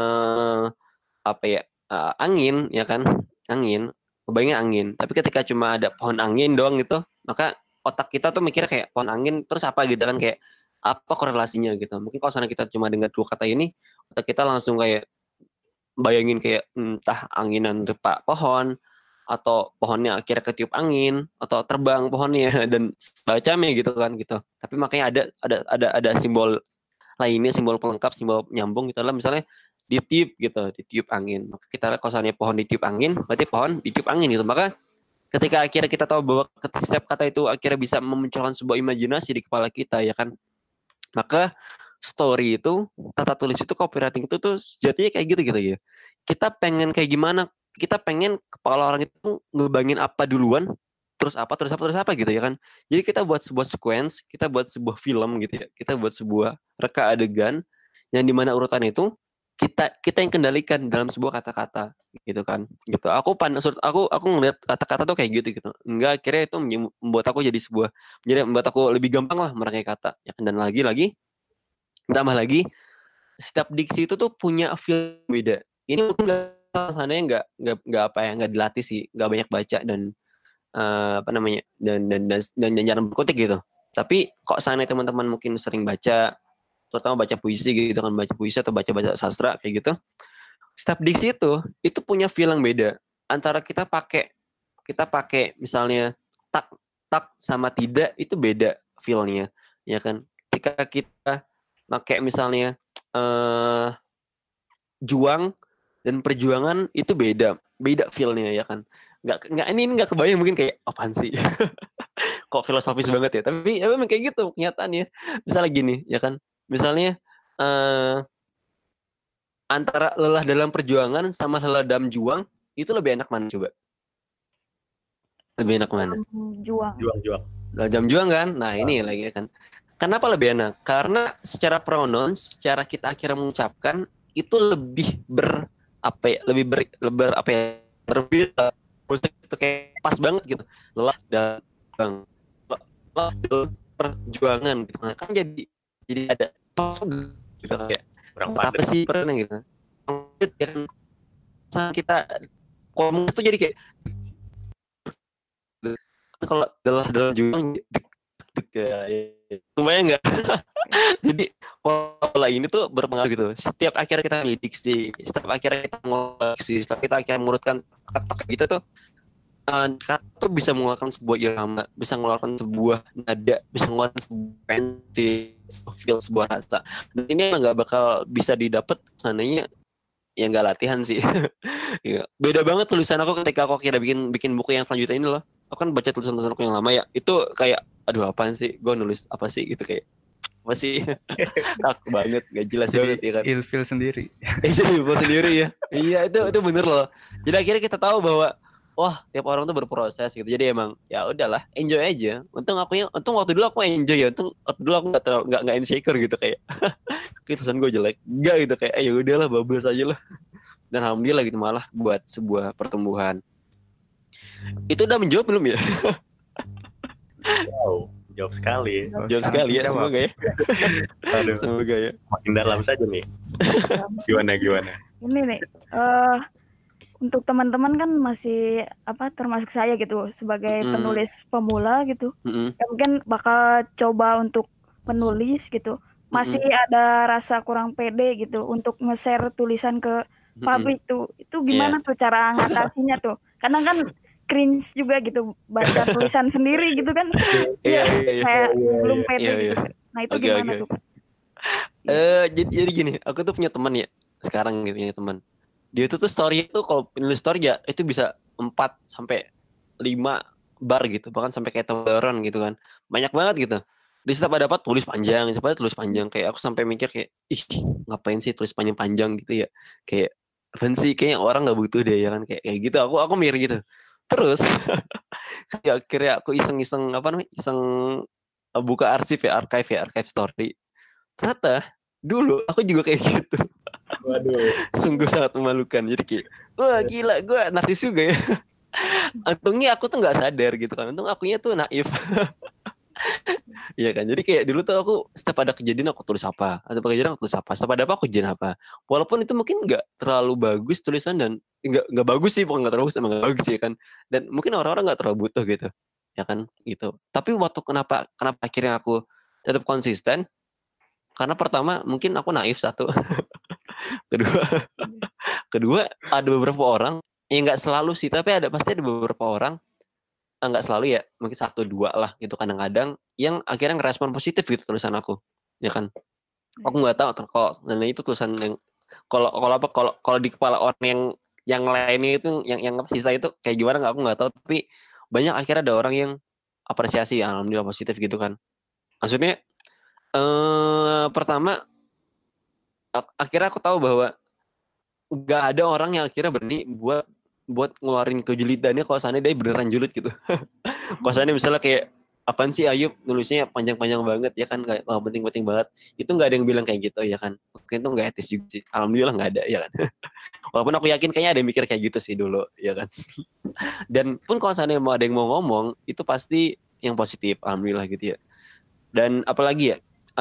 eh, apa ya eh, angin ya kan, angin, kebayangnya angin. Tapi ketika cuma ada pohon angin doang gitu, maka otak kita tuh mikirnya kayak pohon angin terus apa gitu kan, kayak apa korelasinya gitu. Mungkin kalau misalnya kita cuma dengar dua kata ini, otak kita langsung kayak bayangin kayak entah anginan repak pohon atau pohonnya akhirnya ketiup angin atau terbang pohonnya dan bacanya gitu kan gitu. Tapi makanya ada ada ada ada simbol lainnya, simbol pelengkap, simbol nyambung gitu lah, misalnya ditiup gitu, ditiup angin. Maka kita kalau misalnya pohon ditiup angin, berarti pohon ditiup angin gitu. Maka ketika akhirnya kita tahu bahwa setiap kata itu akhirnya bisa memunculkan sebuah imajinasi di kepala kita ya kan. Maka story itu, tata tulis itu, copywriting itu tuh jadinya kayak gitu gitu ya. Kita pengen kayak gimana? Kita pengen kepala orang itu ngebangin apa duluan, terus apa, terus apa, terus apa gitu ya kan. Jadi kita buat sebuah sequence, kita buat sebuah film gitu ya. Kita buat sebuah reka adegan yang dimana urutan itu kita kita yang kendalikan dalam sebuah kata-kata gitu kan. Gitu. Aku pan aku aku ngeliat kata-kata tuh kayak gitu gitu. Enggak, akhirnya itu membuat aku jadi sebuah jadi membuat aku lebih gampang lah merangkai kata. Ya kan, dan lagi-lagi tambah lagi setiap diksi itu tuh punya feel beda. Ini mungkin nggak sananya nggak nggak nggak apa ya nggak dilatih sih, nggak banyak baca dan uh, apa namanya dan dan dan, dan, dan jarang berkutik gitu. Tapi kok sana teman-teman mungkin sering baca, terutama baca puisi gitu kan, baca puisi atau baca-baca sastra kayak gitu. Setiap diksi itu itu punya feel yang beda. Antara kita pakai kita pakai misalnya tak tak sama tidak itu beda feel-nya, ya kan. Ketika kita pakai misalnya uh, juang dan perjuangan itu beda, beda feel-nya ya kan. Nggak nggak ini ini nggak kebayang mungkin kayak apaan sih? Kok filosofis banget ya? Tapi ya memang kayak gitu kenyataannya. Misalnya gini ya kan. Misalnya uh, antara lelah dalam perjuangan sama lelah dalam juang itu lebih enak mana coba? Lebih enak mana? Juang. Juang, juang. Dalam juang kan? Nah ini lagi kan. Kenapa lebih enak? Karena secara pronoun, secara kita akhirnya mengucapkan itu lebih ber apa ya? Lebih ber, ber apa ya? Berbeda. Maksudnya itu kayak pas banget gitu. Lelah dalam lelah dalam perjuangan gitu. Nah, kan jadi jadi ada gitu kayak apa sih pernah gitu. Saat kita komunikasi itu jadi kayak kalau lelah dalam juang kebayang nggak? Jadi pola ini tuh berpengaruh gitu. Setiap akhirnya kita diksi, setiap akhirnya kita ngoleksi, setiap kita akhirnya mengurutkan kata-kata gitu tuh, uh, kata tuh bisa mengeluarkan sebuah irama, bisa mengeluarkan sebuah nada, bisa mengeluarkan sebuah pensi, feel sebuah rasa. Dan ini emang nggak bakal bisa didapat sananya ya nggak latihan sih. Beda banget tulisan aku ketika aku kira bikin bikin buku yang selanjutnya ini loh. Aku kan baca tulisan-tulisan aku yang lama ya, itu kayak aduh apaan sih, gue nulis apa sih gitu, kayak apa sih, takut banget, gak jelas banget ya kan. Ilfil sendiri. Eh jadi ilfil sendiri ya. Iya itu itu bener loh. Jadi akhirnya kita tahu bahwa wah tiap orang tuh berproses gitu. Jadi emang ya udahlah enjoy aja. Untung aku untung waktu dulu aku enjoy ya. Untung waktu dulu aku nggak terlalu nggak nggak insecure gitu kayak. Kayak tulisan gue jelek. Enggak gitu kayak ayo eh, udahlah bablas aja lah. Dan alhamdulillah gitu malah buat sebuah pertumbuhan. Itu udah menjawab belum ya? Wow, jawab sekali. Jawab sekali ya, semoga ya. Aduh, semoga ya. Makin dalam saja nih. Gimana gimana? Ini nih, uh, untuk teman-teman kan masih apa termasuk saya gitu sebagai mm. penulis pemula gitu, mm. ya mungkin bakal coba untuk menulis gitu. Masih mm. ada rasa kurang pede gitu untuk nge-share tulisan ke publik tuh. Itu gimana yeah. tuh cara ngatasinya tuh? Karena kan cringe juga gitu baca tulisan sendiri gitu kan. Iya, ya, iya, iya. Kayak Iya, belum iya. pede Iya, iya. gitu. Nah itu Oke, gimana oke, tuh oke. Kak? Eh, jadi jadi gini, aku tuh punya teman ya sekarang gitu punya teman. Dia tuh tuh story itu kalau nulis story ya itu bisa empat sampai lima bar gitu, bahkan sampai kayak tebaran gitu kan. Banyak banget gitu. Di setiap ada dapat tulis panjang, setiap ada tulis panjang. Kayak aku sampai mikir kayak, ih ngapain sih tulis panjang-panjang gitu ya? Kayak apaan sih, kayaknya orang nggak butuh deh ya kan kayak kayak gitu. Aku aku mikir gitu. Terus ya akhirnya aku iseng-iseng apa namanya? Iseng uh, buka arsip ya, archive ya, archive story. Ternyata dulu aku juga kayak gitu. Waduh. Sungguh sangat memalukan. Jadi kayak, wah gila, gue narsis juga ya. Untungnya aku tuh nggak sadar gitu kan. Untung akunya tuh naif. Iya kan. Jadi kayak dulu tuh aku setiap ada kejadian aku tulis apa. Atau kejadian aku tulis apa. Setiap ada apa aku kejadian apa. Walaupun itu mungkin nggak terlalu bagus tulisan dan nggak nggak bagus sih, bukan nggak terlalu bagus, emang nggak bagus sih kan. Dan mungkin orang-orang nggak terlalu butuh gitu. Ya kan gitu. Tapi waktu kenapa kenapa akhirnya aku tetap konsisten? Karena pertama mungkin aku naif satu. kedua kedua ada beberapa orang yang nggak selalu sih, tapi ada pasti ada beberapa orang nggak selalu ya, mungkin satu dua lah gitu kadang-kadang yang akhirnya ngerespon positif gitu tulisan aku, ya kan. Aku nggak tahu kalau dan itu tulisan yang kalau kalau apa kalau kalau di kepala orang yang yang lainnya itu yang yang sisa itu kayak gimana nggak, aku nggak tahu, tapi banyak akhirnya ada orang yang apresiasi, alhamdulillah positif gitu kan. Maksudnya eh pertama akhirnya aku tahu bahwa nggak ada orang yang akhirnya berani buat buat ngeluarin kejulitannya kalau seandainya dia beneran julid gitu. Kalau seandainya misalnya kayak apaan sih Ayub nulisnya panjang-panjang banget ya kan, kayak oh, penting-penting banget, itu nggak ada yang bilang kayak gitu ya kan. Mungkin itu nggak etis juga sih, alhamdulillah nggak ada ya kan. Walaupun aku yakin kayaknya ada yang mikir kayak gitu sih dulu ya kan. Dan pun kalau seandainya mau ada yang mau ngomong itu pasti yang positif, alhamdulillah gitu ya. Dan apalagi ya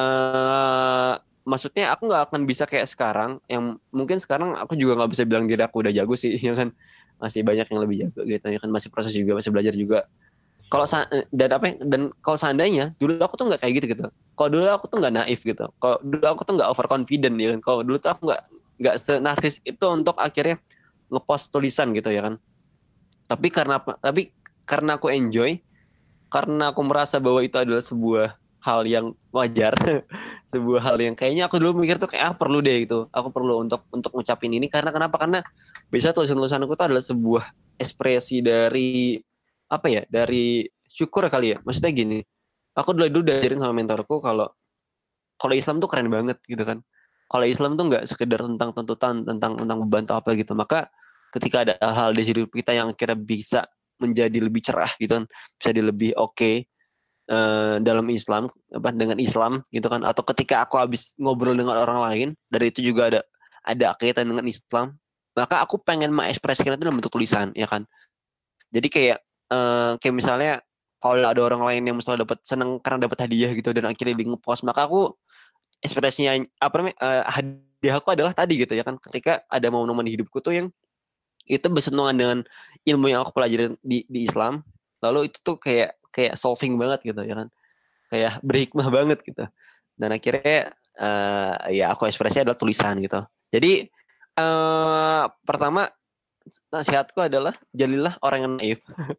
uh, maksudnya aku nggak akan bisa kayak sekarang, yang mungkin sekarang aku juga nggak bisa bilang diri aku udah jago sih ya kan, masih banyak yang lebih jago gitu ya kan, masih proses juga, masih belajar juga. Kalau dan apa dan kalau seandainya dulu aku tuh nggak kayak gitu gitu. Kalau dulu aku tuh nggak naif gitu. Kalau dulu aku tuh nggak overconfident ya kan. Kalau dulu tuh aku nggak nggak senarsis itu untuk akhirnya ngepost tulisan gitu ya kan. Tapi karena tapi karena aku enjoy, karena aku merasa bahwa itu adalah sebuah hal yang wajar, sebuah hal yang kayaknya aku dulu mikir tuh kayak ah perlu deh gitu. Aku perlu untuk untuk ngucapin ini karena kenapa? Karena biasa tulisan-tulisanku tuh adalah sebuah ekspresi dari apa ya? Dari syukur kali ya. Maksudnya gini, aku dulu dulu diajarin sama mentorku kalau kalau Islam tuh keren banget gitu kan. Kalau Islam tuh nggak sekedar tentang tuntutan, tentang tentang beban atau apa gitu. Maka ketika ada hal di hidup kita yang akhirnya bisa menjadi lebih cerah gitu kan, bisa jadi lebih oke okay, uh, dalam Islam, apa dengan Islam gitu kan, atau ketika aku habis ngobrol dengan orang lain dari itu juga ada ada kaitan dengan Islam, maka aku pengen mengekspresikan itu dalam bentuk tulisan ya kan. Jadi kayak uh, kayak misalnya kalau ada orang lain yang misalnya dapat seneng karena dapat hadiah gitu dan akhirnya di ngepost, maka aku ekspresinya apa namanya uh, hadiah aku adalah tadi gitu ya kan, ketika ada momen-momen di hidupku tuh yang itu bersentuhan dengan ilmu yang aku pelajari di, di Islam, lalu itu tuh kayak kayak solving banget gitu ya kan, kayak berhikmah banget gitu, dan akhirnya uh, ya aku ekspresinya adalah tulisan gitu. Jadi uh, pertama nasihatku adalah jadilah orang yang naif.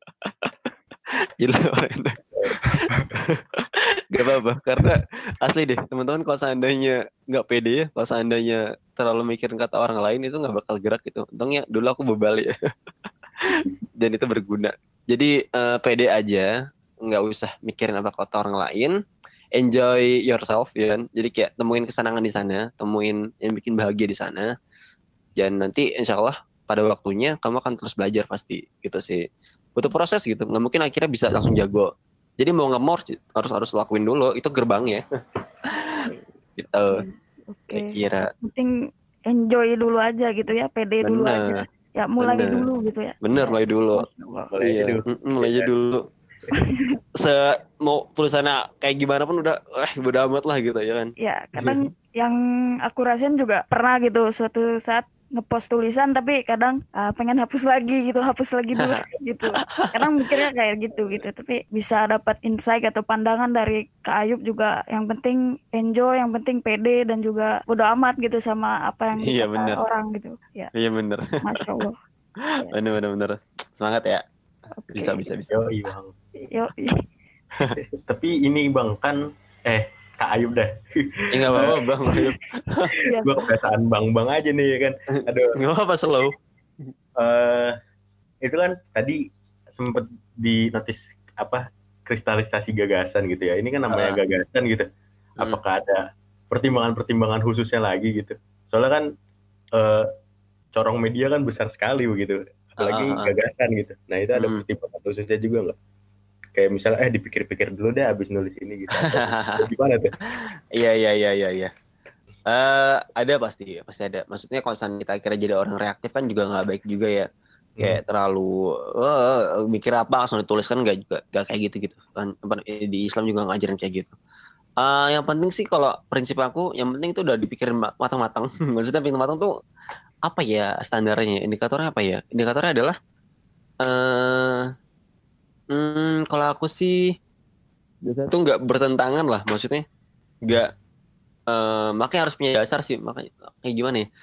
Jadilah orang yang naif. Gak apa-apa, karena asli deh teman-teman, kalau seandainya nggak pede ya, kalau seandainya terlalu mikirin kata orang lain itu nggak bakal gerak gitu. Untungnya dulu aku bebal ya. Dan itu berguna. Jadi uh, pede aja, nggak usah mikirin apa kata orang lain, enjoy yourself ya kan. Jadi kayak temuin kesenangan di sana, temuin yang bikin bahagia di sana, dan nanti insya Allah pada waktunya kamu akan terus belajar pasti gitu sih. Butuh proses gitu, nggak mungkin akhirnya bisa langsung jago. Jadi mau nggak mau harus harus lakuin dulu, itu gerbangnya. Gitu. Oke. Kira. Penting enjoy dulu aja gitu ya, pede dulu aja. Ya mulai bener. dulu gitu ya. Bener, mulai dulu. Mulai iya. dulu. Mulai aja dulu. Se mau tulisannya kayak gimana pun udah, eh bodo amat lah gitu ya kan. Ya kadang yang aku rasain juga pernah gitu suatu saat ngepost tulisan tapi kadang uh, pengen hapus lagi gitu, hapus lagi dulu gitu. Kadang mikirnya kayak gitu gitu, tapi bisa dapat insight atau pandangan dari Kak Ayub juga. Yang penting enjoy, yang penting pede, dan juga bodo amat gitu sama apa yang iya, dikata bener. orang gitu. Ya. Iya bener. Masya Allah. Bener bener bener. Semangat ya. Okay. Bisa bisa bisa. Yo, Bang. Yo. Tapi ini Bang kan eh Kak Ayub dah. Ya nggak apa-apa Bang Ayub. Gue kebiasaan Bang-Bang aja nih ya kan. Aduh. Nggak apa-apa slow. Uh, itu kan tadi sempet di notis apa kristalisasi gagasan gitu ya. Ini kan namanya uh. gagasan gitu. Apakah hmm. ada pertimbangan-pertimbangan khususnya lagi gitu? Soalnya kan uh, corong media kan besar sekali begitu. Apalagi uh, uh. gagasan gitu. Nah itu ada hmm. pertimbangan khususnya juga nggak? Kayak misalnya eh dipikir-pikir dulu deh abis nulis ini gitu. Gimana tuh? Iya iya iya iya iya. Uh, ada pasti pasti ada. Maksudnya kalau kita kira jadi orang reaktif kan juga nggak baik juga ya. Kayak hmm. terlalu uh, mikir apa langsung ditulis kan nggak juga nggak kayak gitu gitu kan. Di Islam juga ngajarin kayak gitu. Uh, yang penting sih kalau prinsip aku yang penting itu udah dipikirin matang-matang. Maksudnya pikirin matang tuh apa ya standarnya? Indikatornya apa ya? Indikatornya adalah uh, Hmm, kalau aku sih biasanya tuh nggak bertentangan lah, maksudnya nggak, uh, makanya harus punya dasar sih, makanya kayak gimana ya?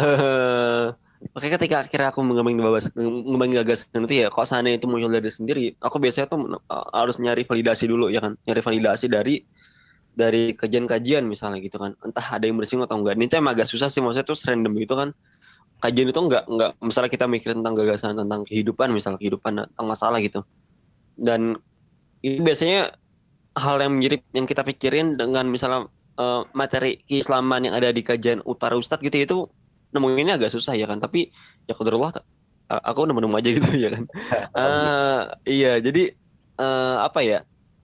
Uh, makanya ketika akhirnya aku mengembangin mengembangin gagasan itu ya, kok seandainya itu muncul dari sendiri, aku biasanya tuh uh, harus nyari validasi dulu ya kan, nyari validasi dari dari kajian-kajian misalnya gitu kan, entah ada yang bersinggung atau enggak. Ini tuh emang agak susah sih, maksudnya tuh random gitu kan. Kajian itu enggak enggak misalnya kita mikirin tentang gagasan tentang kehidupan, misalnya kehidupan tentang masalah gitu. Dan itu biasanya hal yang mirip yang kita pikirin dengan misalnya uh, materi keislaman yang ada di kajian para ustadz gitu, itu nemuinnya agak susah ya kan. Tapi ya qadarullah uh, aku nemu-nemu aja gitu ya kan. uh, iya jadi uh, apa ya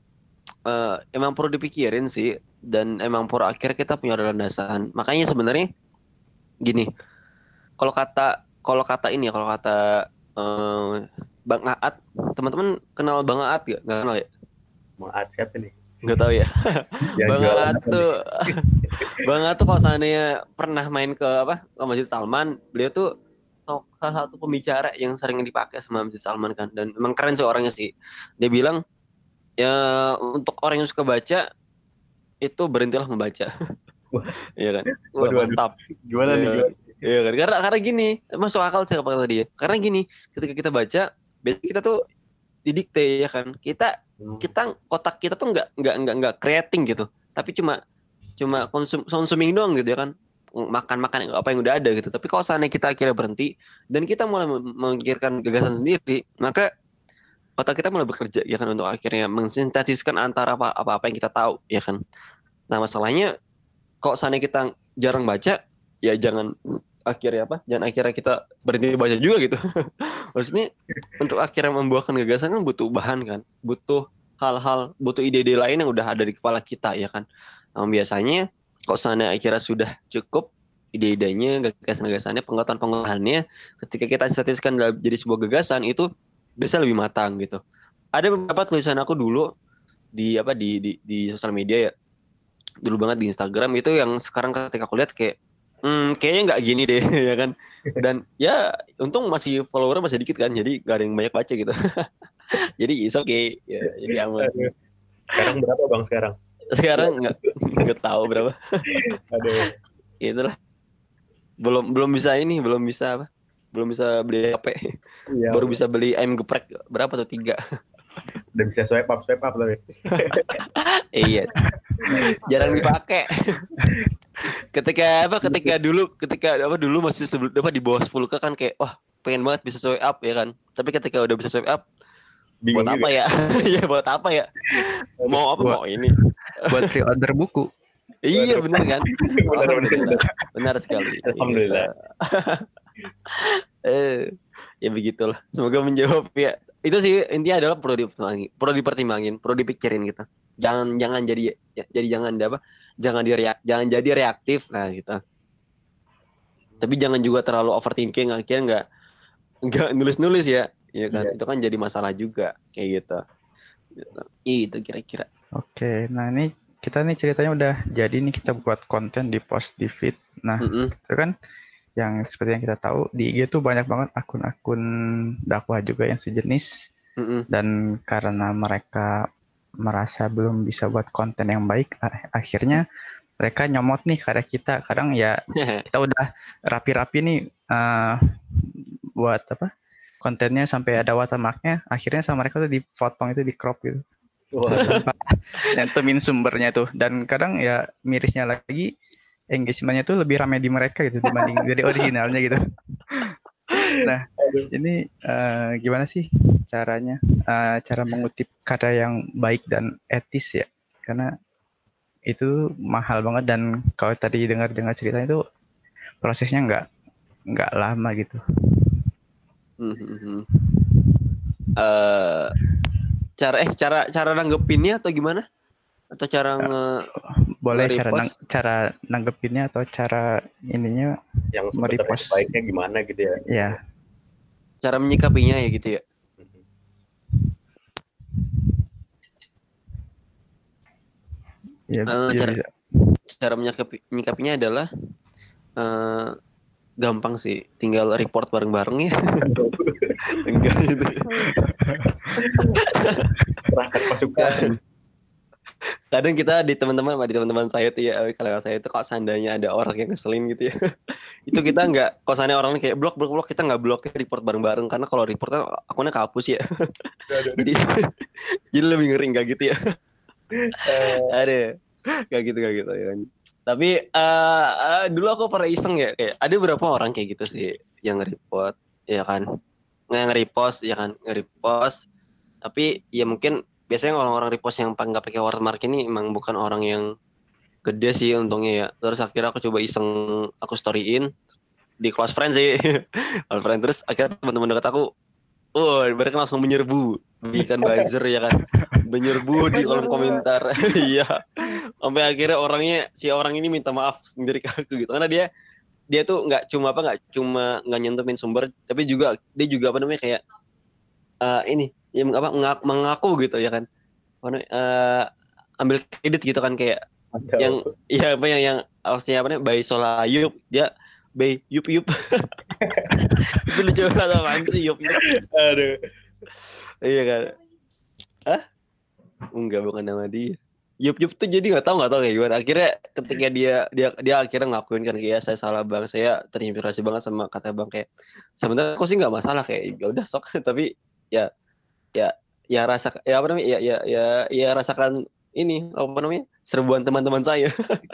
uh, emang perlu dipikirin sih, dan emang perlu akhirnya kita punya landasan. Makanya sebenarnya gini, kalau kata kalau kata ini ya kalau kata uh, Bang Aat, teman-teman kenal Bang Aat gak? Gak kenal ya? Bang Aat siapa nih? Gak tahu ya. Bang Aat tuh, Bang Aat tuh kalau seandainya pernah main ke apa ke Masjid Salman, beliau tuh salah satu pembicara yang sering dipakai sama Masjid Salman kan, dan emang keren sih orangnya sih. Dia bilang ya untuk orang yang suka baca itu berhentilah membaca. Iya kan? Wah, waduh, mantap. Gimana ya, nih? Gimana? Iya kan? Karena karena gini, masuk akal sih apa kata dia. Karena gini, ketika kita baca, biasanya kita tuh didikte ya kan, kita kita kotak kita tuh nggak nggak nggak nggak creating gitu, tapi cuma cuma konsum consuming doang gitu ya kan, makan makan apa yang udah ada gitu. Tapi kalau seandainya kita akhirnya berhenti dan kita mulai memikirkan gagasan sendiri, maka otak kita mulai bekerja ya kan untuk akhirnya mensintesiskan antara apa apa apa yang kita tahu ya kan. Nah masalahnya kalau seandainya kita jarang baca, ya jangan akhirnya apa? Jangan akhirnya kita berhenti baca juga gitu. Maksudnya untuk akhirnya membuahkan gagasan kan butuh bahan kan, butuh hal-hal, butuh ide-ide lain yang udah ada di kepala kita ya kan. Nah, biasanya kalau sana akhirnya sudah cukup ide-idenya, gagasan-gagasannya, pengetahuan-pengetahuannya, ketika kita statiskan jadi sebuah gagasan itu biasa lebih matang gitu. Ada beberapa tulisan aku dulu di apa di di, di sosial media ya, dulu banget di Instagram itu yang sekarang ketika aku lihat kayak Hmm, kayaknya nggak gini deh ya kan, dan ya untung masih follower masih dikit kan, jadi nggak ada yang banyak baca gitu. Jadi is okay ya, jadi aman. Sekarang berapa bang sekarang? Sekarang nggak nggak tahu berapa. Aduh. Itulah, belum belum bisa ini belum bisa apa belum bisa beli H P, ya, baru bisa beli ayam geprek berapa tuh tiga. Udah bisa swipe up swipe up tapi. Iya, jarang dipakai. Ketika apa ketika dulu ketika apa dulu masih sebelum apa di bawah sepuluh K kan kayak wah pengen banget bisa swipe up ya kan, tapi ketika udah bisa swipe up bingung buat juga. Apa ya? Ya buat apa ya? Mau apa buat, mau ini? Buat pre-order buku. Iya benar kan? benar, benar, benar. Benar sekali. Alhamdulillah. eh ya begitulah. Semoga menjawab ya. Itu sih intinya adalah perlu dipertimbangin, perlu dipertimbangin, perlu dipikirin gitu. Jangan jangan jadi jadi jangan apa? Jangan direak, jangan jadi reaktif lah gitu. Tapi jangan juga terlalu overthinking, akhirnya nggak nggak nulis-nulis ya, ya kan? Iya. Itu kan jadi masalah juga kayak gitu. Itu kira-kira. Oke, nah ini kita nih ceritanya udah jadi nih kita buat konten di post di feed. Nah, mm-hmm. itu kan yang seperti yang kita tahu di I G tuh banyak banget akun-akun dakwah juga yang sejenis. Mm-hmm. Dan karena mereka merasa belum bisa buat konten yang baik, akhirnya mereka nyomot nih karya kita. Kadang ya kita udah rapi-rapi nih uh, buat apa kontennya sampai ada watermarknya, akhirnya sama mereka tuh dipotong itu, di crop gitu. Wah, nyantumin sumbernya tuh. Dan kadang ya mirisnya lagi, engagementnya tuh lebih ramai di mereka gitu dibanding dari originalnya gitu. Nah, ini uh, gimana sih caranya, uh, cara mengutip kata yang baik dan etis ya? Karena itu mahal banget, dan kalau tadi dengar-dengar ceritanya itu prosesnya nggak nggak lama gitu. Mm-hmm. Uh, cara eh cara cara nanggepinnya atau gimana? Atau cara nge boleh cara nang, cara nanggepinnya atau cara ininya yang sebenarnya baiknya gimana gitu ya? Ya. Cara menyikapinya ya gitu ya. Ya, uh, ya cara bisa. cara menyikapi, menyikapinya adalah uh, gampang sih, tinggal report bareng-bareng ya. Enggak gitu. Perangkat pasukan. Kadang kita di teman-teman di teman-teman saya tuh ya, kalau saya itu kalau seandainya ada orang yang ngeselin gitu ya, itu kita nggak, kalau seandainya orangnya kayak blok blok blok, kita nggak blok, report bareng-bareng, karena kalau reportnya akunnya kehapus ya. jadi jadi lebih ngeri nggak gitu ya. Ada nggak gitu nggak gitu ya kan. Tapi uh, uh, dulu aku pernah iseng ya, kayak ada beberapa orang kayak gitu sih yang nge-report ya kan, nggak nge-repost ya kan, nge-repost. Tapi ya mungkin biasanya orang-orang repost yang nggak pakai watermark ini emang bukan orang yang gede sih untungnya ya. Terus akhirnya aku coba iseng, aku storyin di close friend sih. Close friend, terus akhirnya teman-teman dekat aku, oh mereka langsung menyerbu, bikin buzzer ya kan, menyerbu di kolom komentar. Iya, sampai akhirnya orangnya si orang ini minta maaf sendiri ke aku gitu, karena dia dia tuh nggak cuma apa nggak cuma nggak nyentuhin sumber, tapi juga dia juga apa namanya kayak uh, ini yang apa mengaku, mengaku gitu ya kan, uh, ambil kredit gitu kan, kayak Mantap. yang ya apa yang yang harusnya apa namanya by Solayup, dia by yup yup. Itu lucu banget, apaan sih yup yup. Aduh. Iya kan. Hah? Enggak, bukan nama dia. Yup yup tuh jadi nggak tahu nggak tahu kayak gimana. Akhirnya ketika dia dia dia akhirnya ngakuin kan, kayak saya salah bang, saya terinspirasi banget sama kata bang, kayak sebenarnya aku sih nggak masalah, kayak ya udah sok. Tapi ya ya ya rasa ya apa namanya ya ya ya ya rasakan ini apa namanya serbuan teman-teman saya.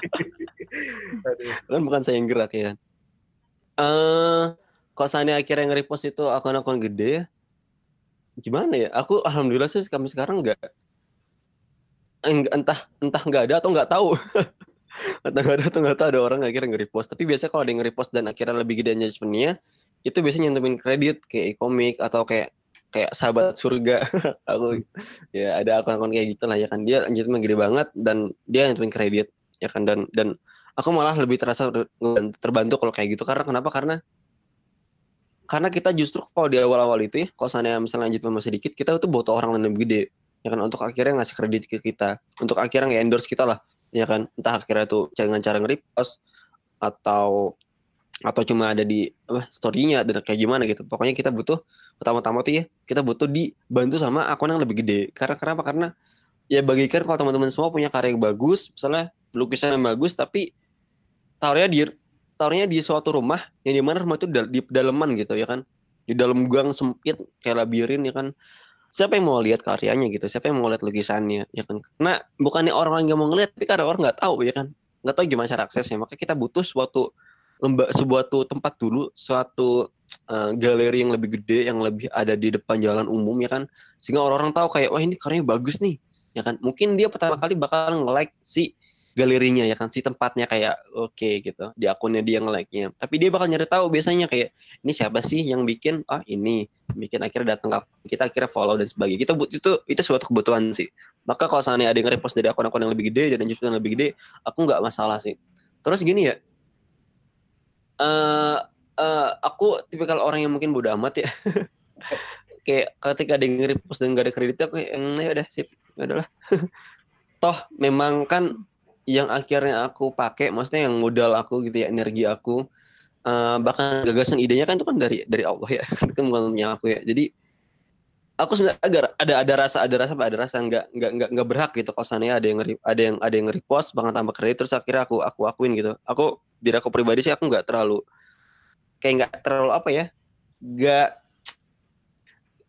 Kan bukan saya yang gerak ya. Eh uh, kalau seandainya akhirnya nge-repost itu akun-akun gede ya, gimana ya? Aku alhamdulillah sih kami sekarang nggak entah entah nggak ada atau nggak tahu. Entah nggak ada atau nggak tahu ada orang akhirnya nge-repost. Tapi biasanya kalau ada yang nge-repost dan akhirnya lebih gede engagementnya, itu biasanya nyantumin kredit kayak e-komik atau kayak kayak sahabat surga. Aku ya ada akun-akun kayak gitu lah ya kan, dia engagement gede banget dan dia nyantumin kredit ya kan, dan dan aku malah lebih terasa terbantu kalau kayak gitu. Karena kenapa? Karena karena kita justru kalau di awal-awal itu ya, kalau seandainya misalnya engagement masih dikit, kita tuh butuh orang yang lebih gede ya kan, untuk akhirnya ngasih kredit ke kita, untuk akhirnya nge-endorse kita lah ya kan, entah akhirnya tuh dengan cara nge-repost atau atau cuma ada di apa story-nya dan kayak gimana gitu. Pokoknya kita butuh pertama-tama tuh ya, kita butuh dibantu sama akun yang lebih gede. Karena kenapa? Karena ya bagikan kalau teman-teman semua punya karya yang bagus, misalnya lukisan yang bagus, tapi taruhnya di taruhnya di suatu rumah yang dimana rumah itu di pedalaman gitu ya kan, di dalam gang sempit kayak labirin ya kan. Siapa yang mau lihat karyanya gitu? Siapa yang mau lihat lukisannya ya kan? Nah bukannya orang-orang nggak mau ngeliat, tapi karena orang nggak tahu ya kan, nggak tahu gimana cara aksesnya. Maka kita butuh suatu lembah, sebuah tuh tempat dulu, suatu uh, galeri yang lebih gede, yang lebih ada di depan jalan umum ya kan, sehingga orang-orang tahu kayak wah ini karyanya bagus nih ya kan. Mungkin dia pertama kali bakal nge-like si galerinya ya kan, si tempatnya kayak oke okay, gitu, di akunnya dia nge-like-nya. Tapi dia bakal nyari tahu biasanya kayak ini siapa sih yang bikin, ah ini bikin, akhirnya datang ke kita, akhirnya follow dan sebagainya. Kita butuh itu itu suatu kebutuhan sih. Maka kalau seandainya ada yang nge-repost dari akun-akun yang lebih gede dan engagement yang lebih gede, aku nggak masalah sih. Terus gini ya, Uh, uh, aku tipikal orang yang mungkin bodo amat ya. Kayak ketika ada yang nge-repost dan gak ada kreditnya, aku kayak ya udah sip, ya udahlah. Toh memang kan yang akhirnya aku pakai, maksudnya yang modal aku gitu ya, energi aku, uh, bahkan gagasan idenya kan itu kan dari dari Allah ya, itu bukan punya aku ya. Jadi aku sebenarnya agar ada ada rasa ada rasa ada rasa nggak nggak nggak nggak berhak gitu kalau seandainya ada yang ada yang ada yang nge-repost bahkan tambah kredit, terus akhirnya aku aku akuin gitu. Aku diri aku pribadi sih aku nggak terlalu kayak nggak terlalu apa ya, nggak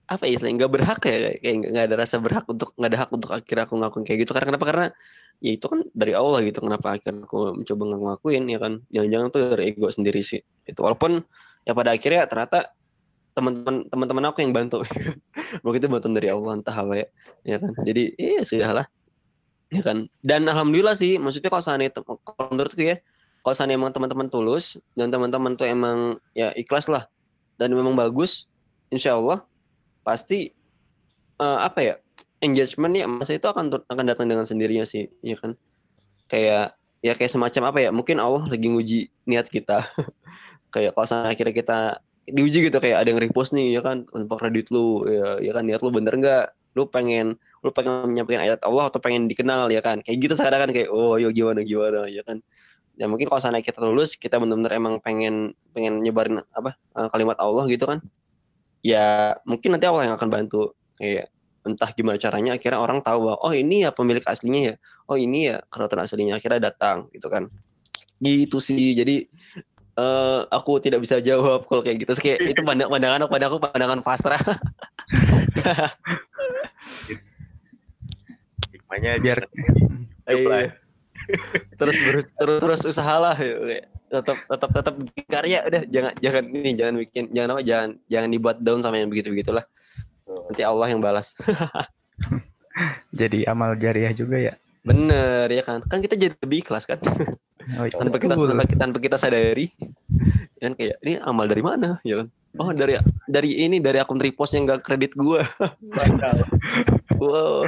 apa ya istilahnya nggak berhak ya kayak nggak ada rasa berhak untuk nggak ada hak untuk akhirnya aku ngakuin kayak gitu. Karena kenapa? Karena ya itu kan dari Allah gitu. Kenapa akhirnya aku mencoba ngelakuin ya kan? Jangan-jangan tuh dari ego sendiri sih. Itu walaupun ya pada akhirnya ternyata teman-teman teman-teman aku yang bantu. Begitu bantuan dari Allah entah apa ya. Ya kan. Jadi iya sudahlah. Ya kan. Dan alhamdulillah sih maksudnya kalau seandainya kalau menurutku ya kalau seandainya emang teman-teman tulus dan teman-teman tuh emang ya ikhlas lah dan memang bagus, insya Allah pasti uh, apa ya engagement ya masa itu akan akan datang dengan sendirinya sih, ya kan? Kayak ya kayak semacam apa ya? Mungkin Allah lagi nguji niat kita. Kayak kalau sampai akhirnya kita diuji gitu kayak ada yang repost nih, ya kan? Untuk Reddit lu, ya, ya kan niat lu bener nggak? Lu pengen lu pengen menyampaikan ayat Allah atau pengen dikenal, ya kan? Kayak gitu sekarang kan kayak oh yo gimana gimana, ya kan? Ya mungkin kalau sana kita lulus kita benar-benar emang pengen pengen nyebarin apa kalimat Allah gitu kan? Ya mungkin nanti Allah yang akan bantu kayak entah gimana caranya akhirnya orang tahu bahwa oh ini ya pemilik aslinya ya, oh ini ya kreator aslinya, akhirnya datang gitu kan. Gitu sih. Jadi uh, aku tidak bisa jawab kalau kayak gitu. Kayak itu pandangan pada aku pandangan pasrah. Hikmahnya biar iya. terus terus terus terus usahalah ya. tetap tetap tetap karya udah jangan jangan ini jangan bikin jangan apa jangan jangan dibuat down sama yang begitu begitulah, nanti Allah yang balas. Jadi amal jariah juga ya, bener ya kan kan kita jadi lebih ikhlas kan. Oh, iya. tanpa kita tanpa, tanpa kita sadari kan kayak ini amal dari mana ya kan, oh dari dari ini dari akun repost yang gak kredit gue. Wow.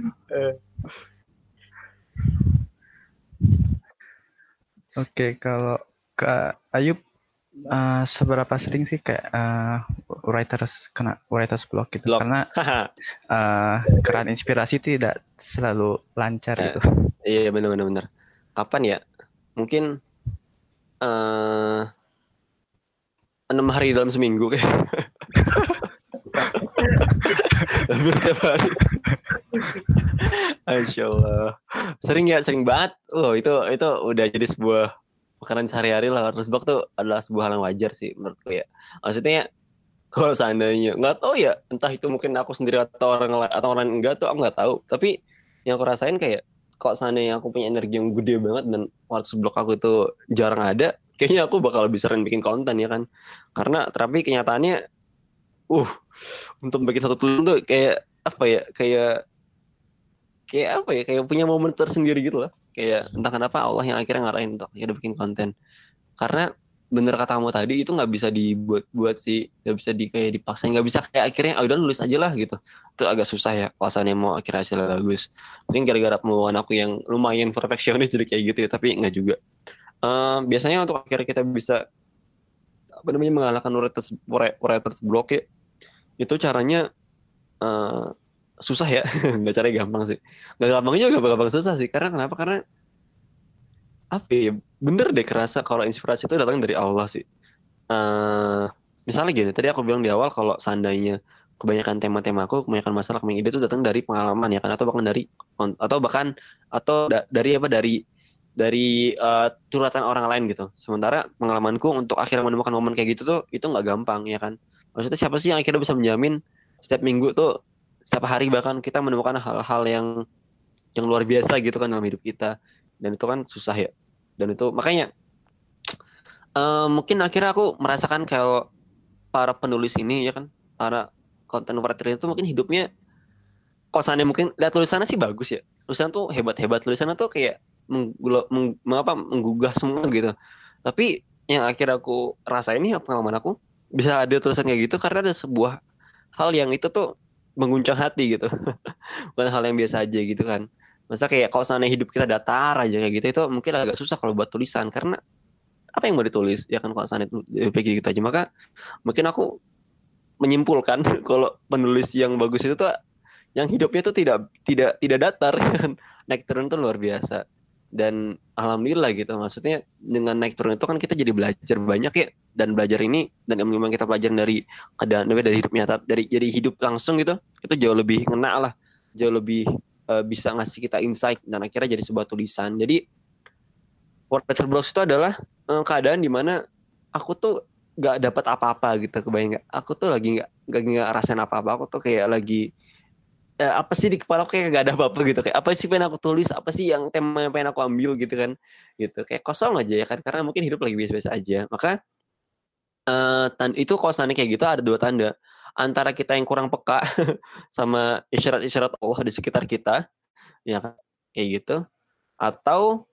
Oke, kalau Kak Ayub uh, seberapa sering sih kayak uh, writers kena writers block gitu? Block. Karena uh, keran inspirasi tidak selalu lancar uh, gitu. Iya benar-benar benar. Kapan ya? Mungkin uh, enam hari dalam seminggu kayak. Hampir tiap hari. Masya Allah. Sering ya, sering banget. Oh itu itu udah jadi sebuah makanan sehari-hari lah. Writer's block tuh adalah sebuah hal yang wajar sih menurutku ya. Maksudnya kalau seandainya nggak tahu ya, entah itu mungkin aku sendiri atau orang atau orang enggak tuh aku nggak tahu. Tapi yang aku rasain kayak kalau seandainya aku punya energi yang gede banget dan writer's block aku itu jarang ada, kayaknya aku bakal lebih sering bikin konten ya kan. Karena tapi kenyataannya, uh untuk bikin satu tulisan tuh kayak apa ya, kayak kayak apa ya, kayak punya momen tersendiri gitu lah. Kayak entah kenapa Allah yang akhirnya ngarahin untuk akhirnya bikin konten. Karena bener kata kamu tadi itu nggak bisa dibuat-buat sih, nggak bisa di kayak dipaksain, nggak bisa kayak akhirnya ah udah nulis aja lah gitu. Itu agak susah ya alasannya mau akhirnya hasilnya bagus. Mungkin gara-gara pembuatan aku yang lumayan perfeksionis jadi kayak gitu ya, tapi nggak juga. Uh, biasanya untuk akhirnya kita bisa apa namanya mengalahkan writer's, writer's block ya, itu caranya uh, susah ya. Nggak caranya gampang sih, nggak gampang juga, nggak gampang susah sih. Karena kenapa? Karena apa ya, bener deh kerasa kalau inspirasi itu datang dari Allah sih. Uh, misalnya gini, tadi aku bilang di awal kalau seandainya kebanyakan tema-tema aku, kebanyakan masalah, kebanyakan ide itu datang dari pengalaman ya kan, atau bahkan dari atau bahkan atau da, dari apa dari dari uh, curhatan orang lain gitu. Sementara pengalamanku untuk akhirnya menemukan momen kayak gitu tuh itu nggak gampang ya kan. Maksudnya siapa sih yang akhirnya bisa menjamin setiap minggu tuh, setiap hari bahkan kita menemukan hal-hal yang yang luar biasa gitu kan dalam hidup kita, dan itu kan susah ya. Dan itu makanya uh, mungkin akhirnya aku merasakan kalau para penulis ini ya kan, para content writer itu mungkin hidupnya kosannya mungkin lihat tulisannya sih bagus ya, tulisan tuh hebat-hebat, tulisannya tuh kayak menggula, meng, mengapa menggugah semua gitu. Tapi yang akhirnya aku rasain ini pengalaman aku bisa ada tulisan kayak gitu karena ada sebuah hal yang itu tuh mengguncang hati gitu. Bukan hal yang biasa aja gitu kan. Masa kayak kalau seandainya hidup kita datar aja kayak gitu, itu mungkin agak susah kalau buat tulisan, karena apa yang mau ditulis ya kan kalau seandainya kayak gitu aja. Maka mungkin aku menyimpulkan kalau penulis yang bagus itu tuh yang hidupnya tuh tidak tidak tidak datar ya kan, naik turun tuh luar biasa. Dan alhamdulillah gitu, maksudnya dengan naik turun itu kan kita jadi belajar banyak ya, dan belajar ini dan memang kita pelajarin dari keadaan dari hidup nyata, dari jadi hidup langsung gitu, itu jauh lebih ngena lah, jauh lebih uh, bisa ngasih kita insight dan akhirnya jadi sebuah tulisan. Jadi writer's block itu adalah uh, keadaan dimana aku tuh gak dapat apa-apa gitu, kebayang gak? Aku tuh lagi gak nggak ngerasain apa-apa. Aku tuh kayak lagi eh, apa sih di kepala aku kayak gak ada apa-apa gitu, kayak apa sih pengen aku tulis, apa sih yang tema yang pengen aku ambil gitu kan, gitu kayak kosong aja ya kan, karena mungkin hidup lagi biasa-biasa aja. Maka uh, tanda, itu kalau seandainya kayak gitu ada dua tanda, antara kita yang kurang peka sama isyarat-isyarat Allah di sekitar kita ya kan, kayak gitu, atau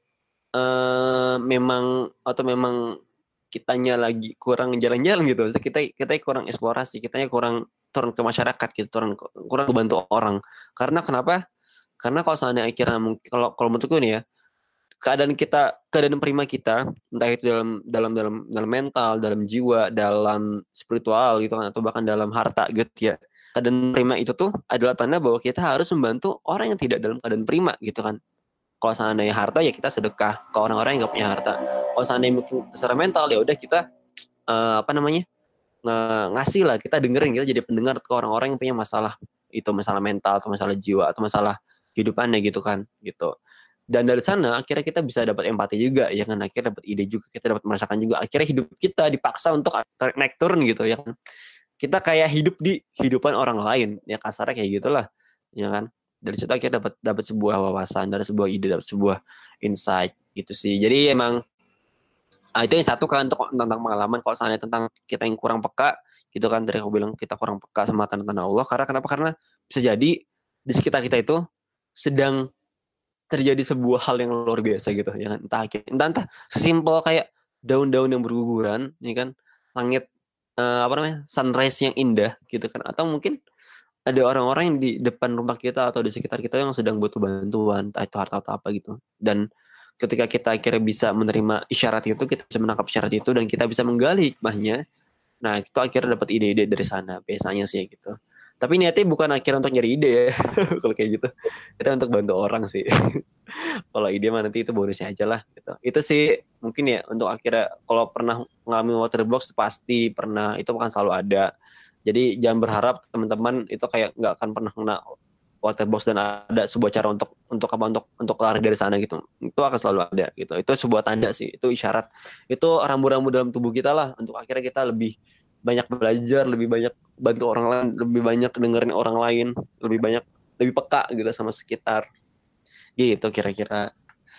uh, memang atau memang kitanya lagi kurang jalan-jalan gitu, kita kita kurang eksplorasi, kitanya kurang turun ke masyarakat gitu, turun kurang bantu orang. Karena kenapa? Karena kalau seandainya akhirnya mungkin kalau kalau menurutku nih ya, keadaan kita, keadaan prima kita, entah itu dalam dalam dalam dalam mental, dalam jiwa, dalam spiritual gitu kan, atau bahkan dalam harta gitu ya. Keadaan prima itu tuh adalah tanda bahwa kita harus membantu orang yang tidak dalam keadaan prima gitu kan. Kalau seandainya harta ya kita sedekah ke orang-orang yang gak punya harta. Kalau seandainya mungkin secara mental ya udah kita uh, apa namanya ng- ngasih lah, kita dengerin, kita jadi pendengar ke orang-orang yang punya masalah, itu masalah mental atau masalah jiwa atau masalah kehidupannya gitu kan, gitu. Dan dari sana akhirnya kita bisa dapat empati juga ya kan, akhirnya dapat ide juga, kita dapat merasakan juga, akhirnya hidup kita dipaksa untuk naik turun gitu ya kan, kita kayak hidup di kehidupan orang lain ya, kasarnya kayak gitulah ya kan. Dari situ akhirnya dapat dapat sebuah wawasan, dari sebuah ide, dapat sebuah insight gitu sih. Jadi emang ah, itu yang satu kan untuk tentang pengalaman. Kalau seandainya tentang kita yang kurang peka gitu kan, dari aku bilang kita kurang peka sama tanda-tanda Allah, karena kenapa? Karena bisa jadi di sekitar kita itu sedang terjadi sebuah hal yang luar biasa gitu ya kan, entah entah, entah sesimpel kayak daun-daun yang berguguran ya kan, langit eh, apa namanya sunrise yang indah gitu kan, atau mungkin ada orang-orang yang di depan rumah kita atau di sekitar kita yang sedang butuh bantuan, entah itu harta atau apa gitu. Dan ketika kita akhirnya bisa menerima isyarat itu, kita bisa menangkap isyarat itu dan kita bisa menggali hikmahnya, nah itu akhirnya dapat ide-ide dari sana biasanya sih gitu. Tapi niatnya bukan akhirnya untuk nyari ide ya. Kalau kayak gitu kita untuk bantu orang sih. Kalau ide mah nanti itu bonusnya aja lah gitu. Itu sih mungkin ya untuk akhirnya, kalau pernah ngalamin water box pasti pernah, itu akan selalu ada. Jadi jangan berharap teman-teman itu kayak nggak akan pernah kena water box dan ada sebuah cara untuk untuk apa untuk untuk lari dari sana gitu. Itu akan selalu ada gitu. Itu sebuah tanda sih, itu isyarat. Itu rambu-rambu dalam tubuh kita lah untuk akhirnya kita lebih banyak belajar, lebih banyak bantu orang lain, lebih banyak dengerin orang lain, lebih banyak lebih peka gitu sama sekitar. Gitu kira-kira.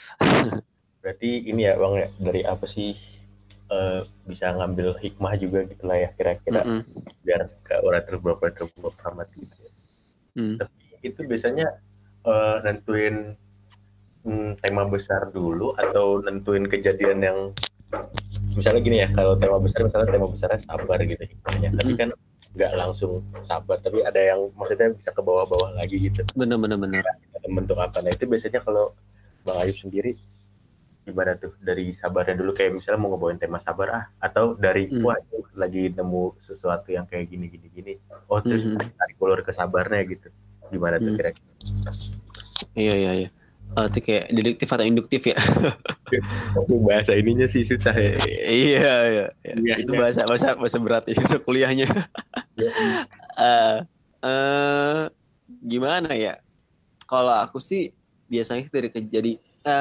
Berarti ini ya Bang ya, dari apa sih uh, bisa ngambil hikmah juga gitu lah ya kira-kira, mm-hmm. biar gak orang terbawa terbawa amat gitu ya. Mm. Tapi itu biasanya uh, nentuin hmm, tema besar dulu atau nentuin kejadian yang misalnya gini ya, kalau tema besar misalnya tema besarnya sabar gitu hikmahnya, mm-hmm. tapi kan nggak langsung sabar, tapi ada yang maksudnya bisa ke bawah-bawah lagi gitu. Benar-benar benar. Bentuk apa? Nah itu biasanya kalau Bang Ayub sendiri gimana tuh, dari sabarnya dulu, kayak misalnya mau ngebawain tema sabar ah, atau dari hmm. wah lagi nemu sesuatu yang kayak gini gini gini, oh terus hmm. tarik ulur ke sabarnya gitu, gimana tuh hmm. kira-kira? Iya iya iya. Oh, itu kayak deduktif atau induktif ya? Bahasa ininya sih susah ya. Iya iya. iya. Itu bahasa bahasa bahasa berat ya kuliahnya. uh, uh, gimana ya? Kalau aku sih biasanya dari kejadian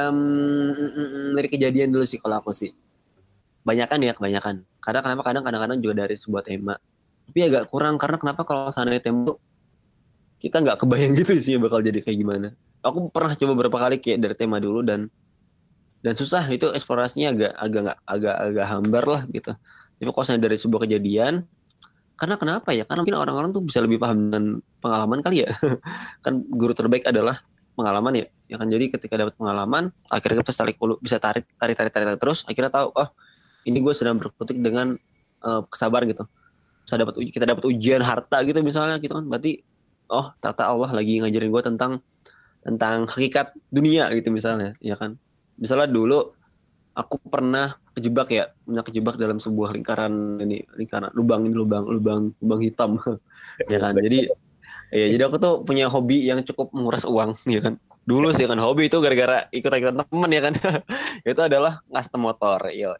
um, dari kejadian dulu sih kalau aku sih. Banyakan ya kebanyakan. Karena kenapa kadang kadang-kadang juga dari sebuah tema. Tapi agak kurang karena kenapa kalau seandainya tema kita nggak kebayang gitu sih bakal jadi kayak gimana. Aku pernah coba beberapa kali kayak dari tema dulu dan dan susah, itu eksplorasinya agak agak nggak agak agak hambar lah gitu. Tapi kalau seandainya dari sebuah kejadian, karena kenapa ya? Karena mungkin orang-orang tuh bisa lebih paham dengan pengalaman kali ya. Kan guru terbaik adalah pengalaman ya. Ya kan, jadi ketika dapat pengalaman, akhirnya kita tarik bisa tarik tarik tarik tarik terus, akhirnya tahu oh ini gue sedang berkutik dengan uh, kesabaran gitu. Saya dapat kita dapat ujian harta gitu misalnya gitu kan, berarti oh ternyata Allah lagi ngajarin gue tentang tentang hakikat dunia gitu misalnya, ya kan. Misalnya dulu aku pernah kejebak ya, pernah kejebak dalam sebuah lingkaran ini, lingkaran lubang ini lubang lubang lubang hitam, ya kan. Jadi ya jadi aku tuh punya hobi yang cukup menguras uang, ya kan. Dulu sih kan hobi itu gara-gara ikut-ikutan temen ya kan. Itu adalah custom motor, yo.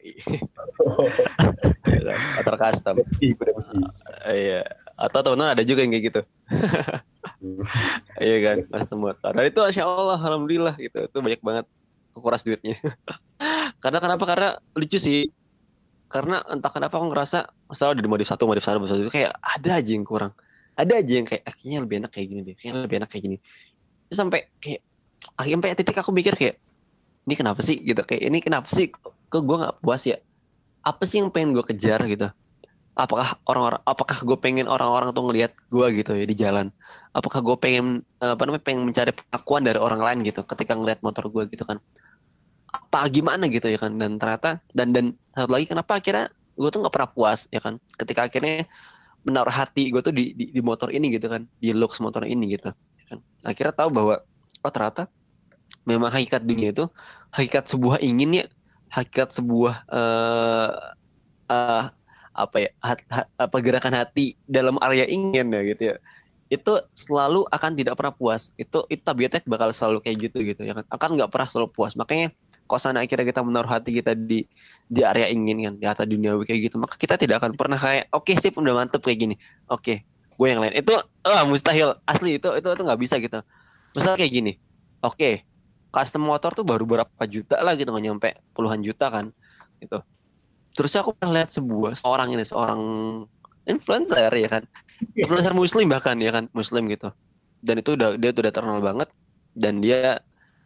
Motor custom. Iya. Atau teman-teman ada juga yang kayak gitu. Iya kan, custom motor. Dan itu Masya Allah, alhamdulillah gitu. Itu banyak banget kekuras duitnya. Karena kenapa? Karena lucu sih. Karena entah kenapa aku ngerasa selalu di modif satu, modif satu, modif satu itu kayak ada aja yang kurang. Ada aja yang kayak akhirnya lebih enak kayak gini deh. Kayaknya lebih enak kayak gini. Terus sampai kayak akhirnya sampai titik aku mikir kayak ini kenapa sih gitu. Kayak ini kenapa sih kok gue gak puas ya. Apa sih yang pengen gue kejar gitu. Apakah orang-orang apakah gue pengen orang-orang tuh ngelihat gue gitu ya di jalan. Apakah gue pengen apa namanya pengen mencari pengakuan dari orang lain gitu ketika ngelihat motor gue gitu kan. Apa gimana gitu ya kan, dan ternyata dan dan satu lagi kenapa akhirnya gue tuh nggak pernah puas ya kan ketika akhirnya menaruh hati gue tuh di, di di motor ini gitu kan, di looks motor ini gitu ya kan. Akhirnya tahu bahwa oh ternyata memang hakikat dunia itu hakikat sebuah ingin ya, hakikat sebuah uh, uh, apa ya hat, hat, apa gerakan hati dalam area ingin ya gitu ya, itu selalu akan tidak pernah puas. Itu itu tabiatnya bakal selalu kayak gitu gitu ya kan, akan nggak pernah selalu puas. Makanya kalau sana akhirnya kita menaruh hati kita di di area ingin kan, di atas dunia kayak gitu, maka kita tidak akan pernah kayak oke okay, sip udah mantep kayak gini, oke okay, gue yang lain itu oh, mustahil asli, itu itu itu nggak bisa gitu. Misal kayak gini, oke okay, custom motor tuh baru berapa juta lah gitu, nggak nyampe puluhan juta kan gitu. Terus aku pernah lihat sebuah seorang ini seorang influencer ya kan, influencer muslim bahkan ya kan, muslim gitu, dan itu udah dia tuh udah terkenal banget, dan dia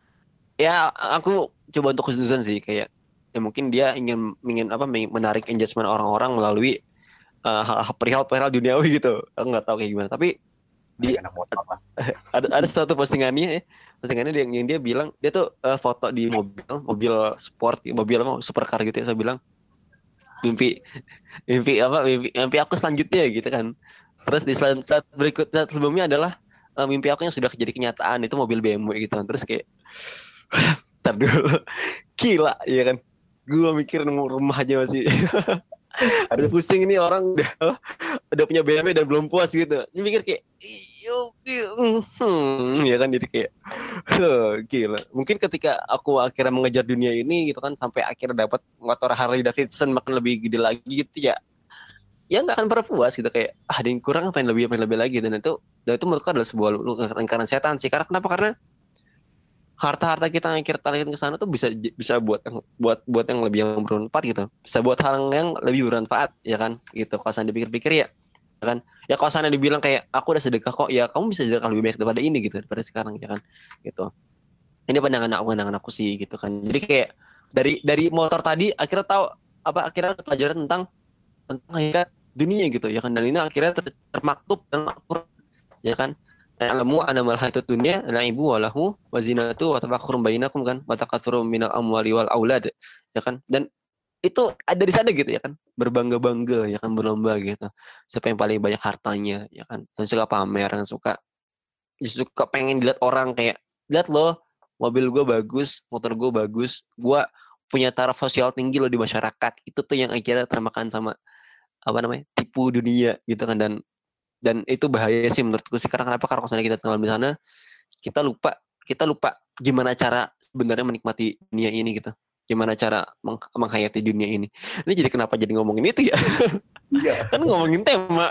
ya aku coba untuk khususan sih kayak ya mungkin dia ingin ingin apa menarik engagement orang-orang melalui uh, hal perihal-perihal duniawi gitu. Aku nggak tahu kayak gimana, tapi di ada ada satu postingannya ya, postingannya yang, yang dia bilang dia tuh uh, foto di mobil mobil sport, mobil apa supercar gitu ya. Saya bilang mimpi mimpi apa mimpi, mimpi aku selanjutnya gitu kan. Terus di saat, saat berikut saat sebelumnya adalah uh, mimpi aku yang sudah jadi kenyataan, itu mobil B M W gitu kan. Terus kayak ntar dulu, gila ya kan, gue mikir rumah aja masih ada pusing ini orang udah udah punya B M W dan belum puas gitu. Dia mikir kayak hmm, ya kan, jadi kayak gila. Mungkin ketika aku akhirnya mengejar dunia ini gitu kan, sampai akhirnya dapat motor Harley Davidson makin lebih gede lagi gitu ya, ya nggak akan pernah puas gitu. Kayak ah ada yang kurang, pengen lebih pengen lebih lagi. Dan itu dan itu menurutku adalah sebuah lingkaran setan sih. Karena kenapa? Karena harta-harta kita yang kita tarikin ke sana tuh bisa bisa buat yang buat buat yang lebih yang bermanfaat gitu, bisa buat hal yang lebih bermanfaat ya kan gitu. Kalau sana dipikir-pikir ya, ya kan, ya kalau sana dibilang kayak aku udah sedekah kok, ya kamu bisa sedekah lebih baik daripada ini gitu, daripada sekarang ya kan gitu. Ini pandangan aku pandangan aku sih gitu kan. Jadi kayak dari dari motor tadi akhirnya tahu apa akhirnya pelajaran tentang tentang hakikat dunia gitu ya kan, dan ini akhirnya ter, termaktub dalam Al-Qur'an ya kan. Alamu anamal hayatud dunya laibu walahu wazinatu wa tafakhurun bainakum kan wa takatsuru minal amwali wal aulad ya kan. Dan itu ada di sana gitu ya kan, berbangga-bangga ya kan, berlomba gitu siapa yang paling banyak hartanya ya kan, yang suka pamer, yang suka suka pengen dilihat orang kayak lihat loh mobil gue bagus, motor gue bagus, gue punya taraf sosial tinggi loh di masyarakat. Itu tuh yang akhirnya termakan sama apa namanya tipu dunia gitu kan. Dan dan itu bahaya sih menurutku sih. Karena kenapa? Karena kalau kita tinggal di sana, kita lupa kita lupa gimana cara sebenarnya menikmati dunia ini gitu, gimana cara meng- menghayati dunia ini. Ini jadi kenapa jadi ngomongin itu ya? Iya. Kan ngomongin tema.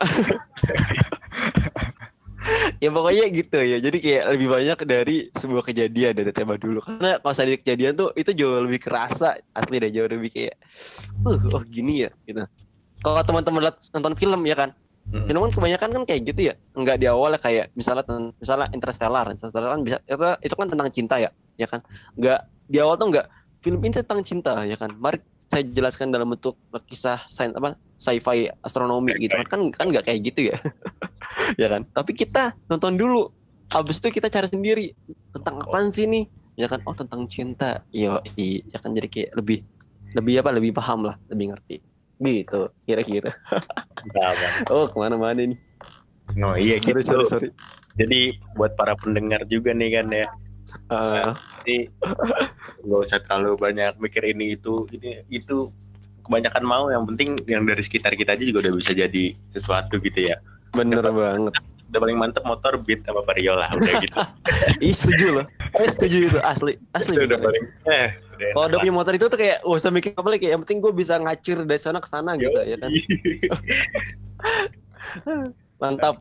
Ya pokoknya gitu ya. Jadi kayak lebih banyak dari sebuah kejadian dari tema dulu. Karena kalau saya kejadian tuh itu jauh lebih kerasa, asli deh, jauh lebih kayak uh oh gini ya gitu. Kalau teman-teman nonton film ya kan, Hmm. Film kan kebanyakan kan kayak gitu ya, nggak di awal kayak misalnya misalnya Interstellar, Interstellar kan bisa itu, itu kan tentang cinta ya, ya kan, nggak di awal tuh nggak film ini tentang cinta ya kan. Mari saya jelaskan dalam bentuk kisah sains apa sci-fi astronomi gitu kan, kan kan nggak kayak gitu ya, ya kan. Tapi kita nonton dulu, abis itu kita cari sendiri tentang apaan sih nih, ya kan. Oh tentang cinta, yo ya kan, jadi kayak lebih lebih apa lebih paham lah, lebih ngerti gitu kira-kira. Oh kemana-mana nih. Oh iya sorry, gitu. Sorry sorry. Jadi buat para pendengar juga nih kan ya. Uh, jadi nggak usah terlalu banyak mikir ini itu ini itu kebanyakan mau. Yang penting yang dari sekitar kita aja juga udah bisa jadi sesuatu gitu ya. Bener udah banget. Udah paling mantep motor Beat sama Vario lah udah gitu. Ih setuju loh. Eh setuju itu asli asli. Itu udah paling. Eh. Kalau udah punya motor itu tuh kayak wah usah mikir apa lagi, kayak yang penting gue bisa ngacir dari sana ke sana gitu ya kan. Mantap.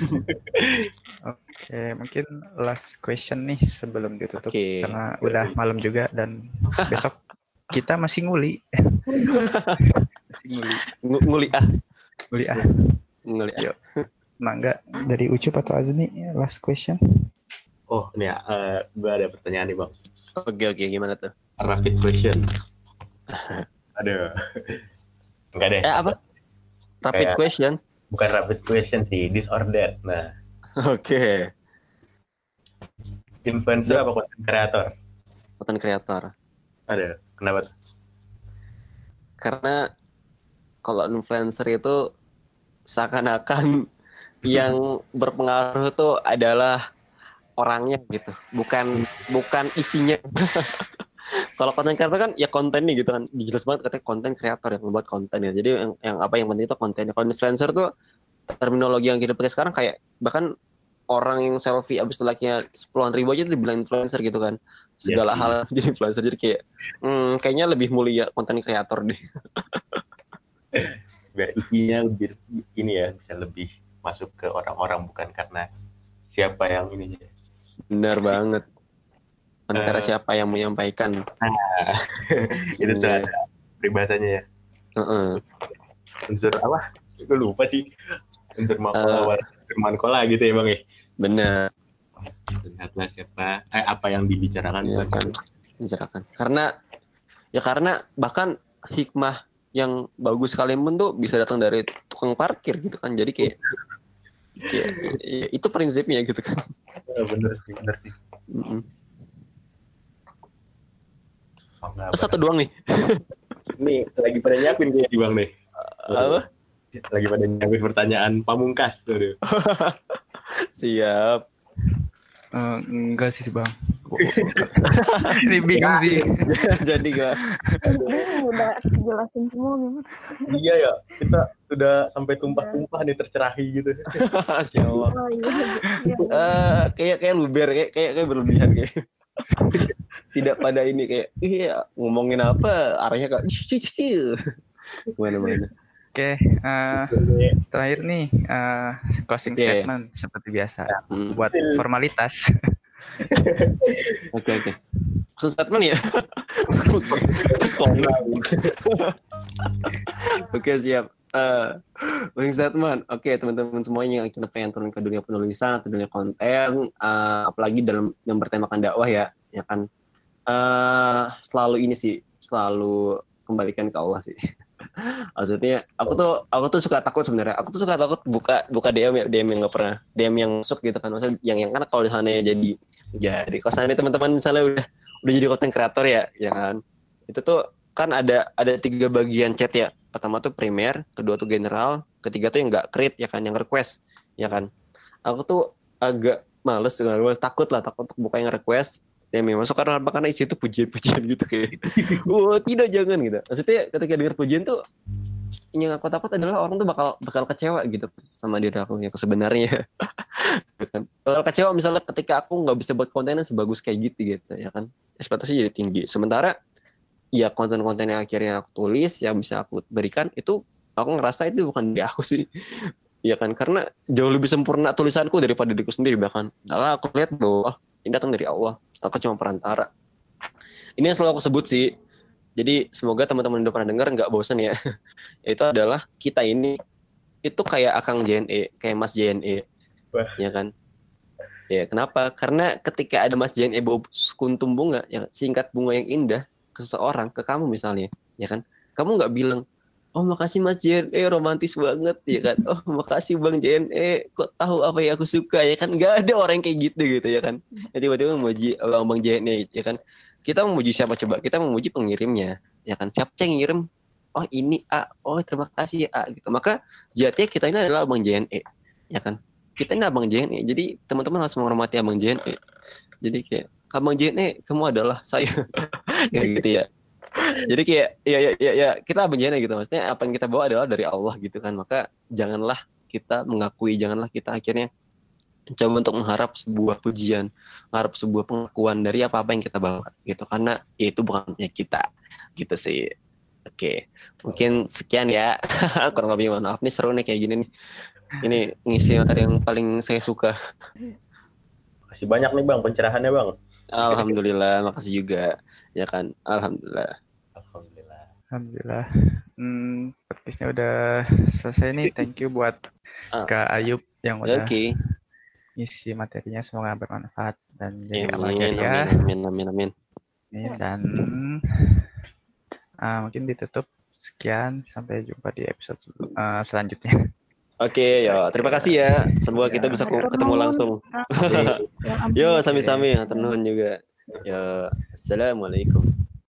Oke, mungkin last question nih sebelum ditutup, okay. Karena udah malam juga dan besok kita masih nguli. nguli. Nguli ah. Nguli ah. Nguli ah. Mangga dari Ucup atau Azmi, last question. Oh, ini ya, uh, gue ada pertanyaan nih, Bang. Oke, oke, gimana tuh? Rapid question. Aduh. Enggak deh. Eh, apa? Rapid Kayak, question? Bukan rapid question sih, this or that. Nah. Oke. Okay. Influencer apa content creator? Content creator. Ada. Kenapa? Karena kalau influencer itu seakan-akan yang berpengaruh itu adalah orangnya gitu, bukan bukan isinya. Kalau konten kreator kan ya kontennya gitu kan, jelas banget katanya konten kreator yang membuat konten ya. Jadi yang, yang apa yang penting itu kontennya. Kalau influencer tuh terminologi yang kita pakai sekarang kayak bahkan orang yang selfie abis like-nya sepuluhan ribu aja dibilang influencer gitu kan. Segala yes, hal jadi influencer. Jadi kayak hmm, kayaknya lebih mulia konten kreator deh. Biar isinya lebih ini ya, bisa lebih masuk ke orang-orang bukan karena siapa yang ininya. Benar banget. Bukan uh, karena siapa yang menyampaikan. Nah, itu tuh ada peribahasanya ya. Uh-uh. Unsur apa? Gue lupa sih. Unsur makola, firman kola gitu ya Bang ya. Benar. Lihatlah siapa, eh, apa yang dibicarakan. Ya, kan. Bicarakan. Karena ya karena bahkan hikmah yang bagus sekalipun tuh bisa datang dari tukang parkir gitu kan. Jadi kayak, kayak ya, itu prinsipnya gitu kan. Ya, bener sih, bener sih. Mm-mm. Oh, satu doang nih. Nih lagi pada nyiapin kayak di Bang nih. Apa? Lagi pada nyiapin pertanyaan pamungkas tuh. Siap. Uh, enggak sih Bang. Ini bingung sih. Jadi gak. Udah jelasin semua gimana? Iya ya, kita sudah sampai tumpah-tumpah nih tercerahi gitu. Ya Allah. Oh, iya, iya. Uh, kayak kayak luber kayak kayak kayak berlebihan kayak. Tidak pada ini kayak iya ngomongin apa arahnya kak mana-mana. Oke, okay, uh, terakhir nih uh, closing yeah, statement yeah. seperti biasa hmm. buat formalitas. Oke oke. Closing statement ya. Oke siap. Uh, closing statement. Oke okay, teman-teman semuanya yang akhirnya pengen turun ke dunia penulisan, ke dunia konten, uh, apalagi dalam yang bertemakan dakwah ya, ya kan. Uh, selalu ini sih, selalu kembalikan ke Allah sih. Maksudnya aku tuh aku tuh suka takut sebenarnya. Aku tuh suka takut buka buka D M ya, D M yang nggak pernah D M yang masuk gitu kan. Maksudnya yang yang karena kalau di sana jadi jadi kalau sana teman-teman misalnya udah udah jadi konten kreator ya, ya kan. Itu tuh kan ada ada tiga bagian chat ya. Pertama tuh primer, kedua tuh general, ketiga tuh yang nggak create ya kan, yang request ya kan. Aku tuh agak males dengan takut lah, takut untuk buka yang request. Ya memang masuk karena karena isi itu pujian-pujian gitu kayak wah tidak jangan gitu. Maksudnya ketika dengar pujian tuh yang aku takut adalah orang tuh bakal bakal kecewa gitu sama diri aku yang sebenarnya. Kan bakal kecewa misalnya ketika aku nggak bisa buat konten yang sebagus kayak gitu gitu ya kan, ekspektasi jadi tinggi. Sementara ya konten-konten yang akhirnya aku tulis yang bisa aku berikan itu aku ngerasa itu bukan dari aku sih. Ya kan karena jauh lebih sempurna tulisanku daripada diriku sendiri bahkan. Nah, aku lihat bahwa ini datang dari Allah. Aku cuma perantara. Ini yang selalu aku sebut sih. Jadi semoga teman-teman udah pernah dengar nggak bosan ya. Itu adalah kita ini itu kayak Akang J N E, kayak Mas J N E, wah. Ya kan? Ya kenapa? Karena ketika ada Mas J N E bawa kuntum bunga, ya singkat bunga yang indah ke seseorang, ke kamu misalnya, ya kan? Kamu nggak bilang, oh makasih Mas J N E romantis banget ya kan, oh makasih Bang J N E kok tahu apa yang aku suka ya kan, nggak ada orang kayak gitu gitu ya kan. Jadi tiba-tiba memuji Bang Bang J N E ya kan, kita memuji siapa coba, kita memuji pengirimnya ya kan, siapa yang ngirim, oh ini A, oh terima kasih A gitu. Maka sejatinya kita ini adalah Bang J N E ya kan, kita ini Abang J N E. Jadi teman-teman harus menghormati Abang J N E. Jadi kayak Abang J N E kamu adalah saya kayak gitu ya. Jadi kayak ya ya ya, ya kita bencana gitu, maksudnya apa yang kita bawa adalah dari Allah gitu kan. Maka janganlah kita mengakui, janganlah kita akhirnya coba untuk mengharap sebuah pujian, mengharap sebuah pengakuan dari apa-apa yang kita bawa gitu, karena ya itu bukan punya kita gitu sih. Oke, mungkin sekian ya. Kurang lebih mohon maaf nih, seru nih kayak gini nih. Ini ngisi materi yang paling saya suka. Makasih banyak nih Bang pencerahannya Bang. Alhamdulillah, makasih juga ya kan. Alhamdulillah. Alhamdulillah. Alhamdulillah. hmm, podcastnya udah selesai nih. Thank you buat ah. Kak Ayub yang udah okay. isi materinya, semoga bermanfaat dan jadi amal jariah. Amin, amin, amin, amin. Dan uh, mungkin ditutup. Sekian, sampai jumpa di episode uh, selanjutnya. Oke, okay, ya terima kasih ya. Semoga kita bisa ketemu langsung. Yo, sami-sami, hatur nuhun juga. Ya, assalamualaikum.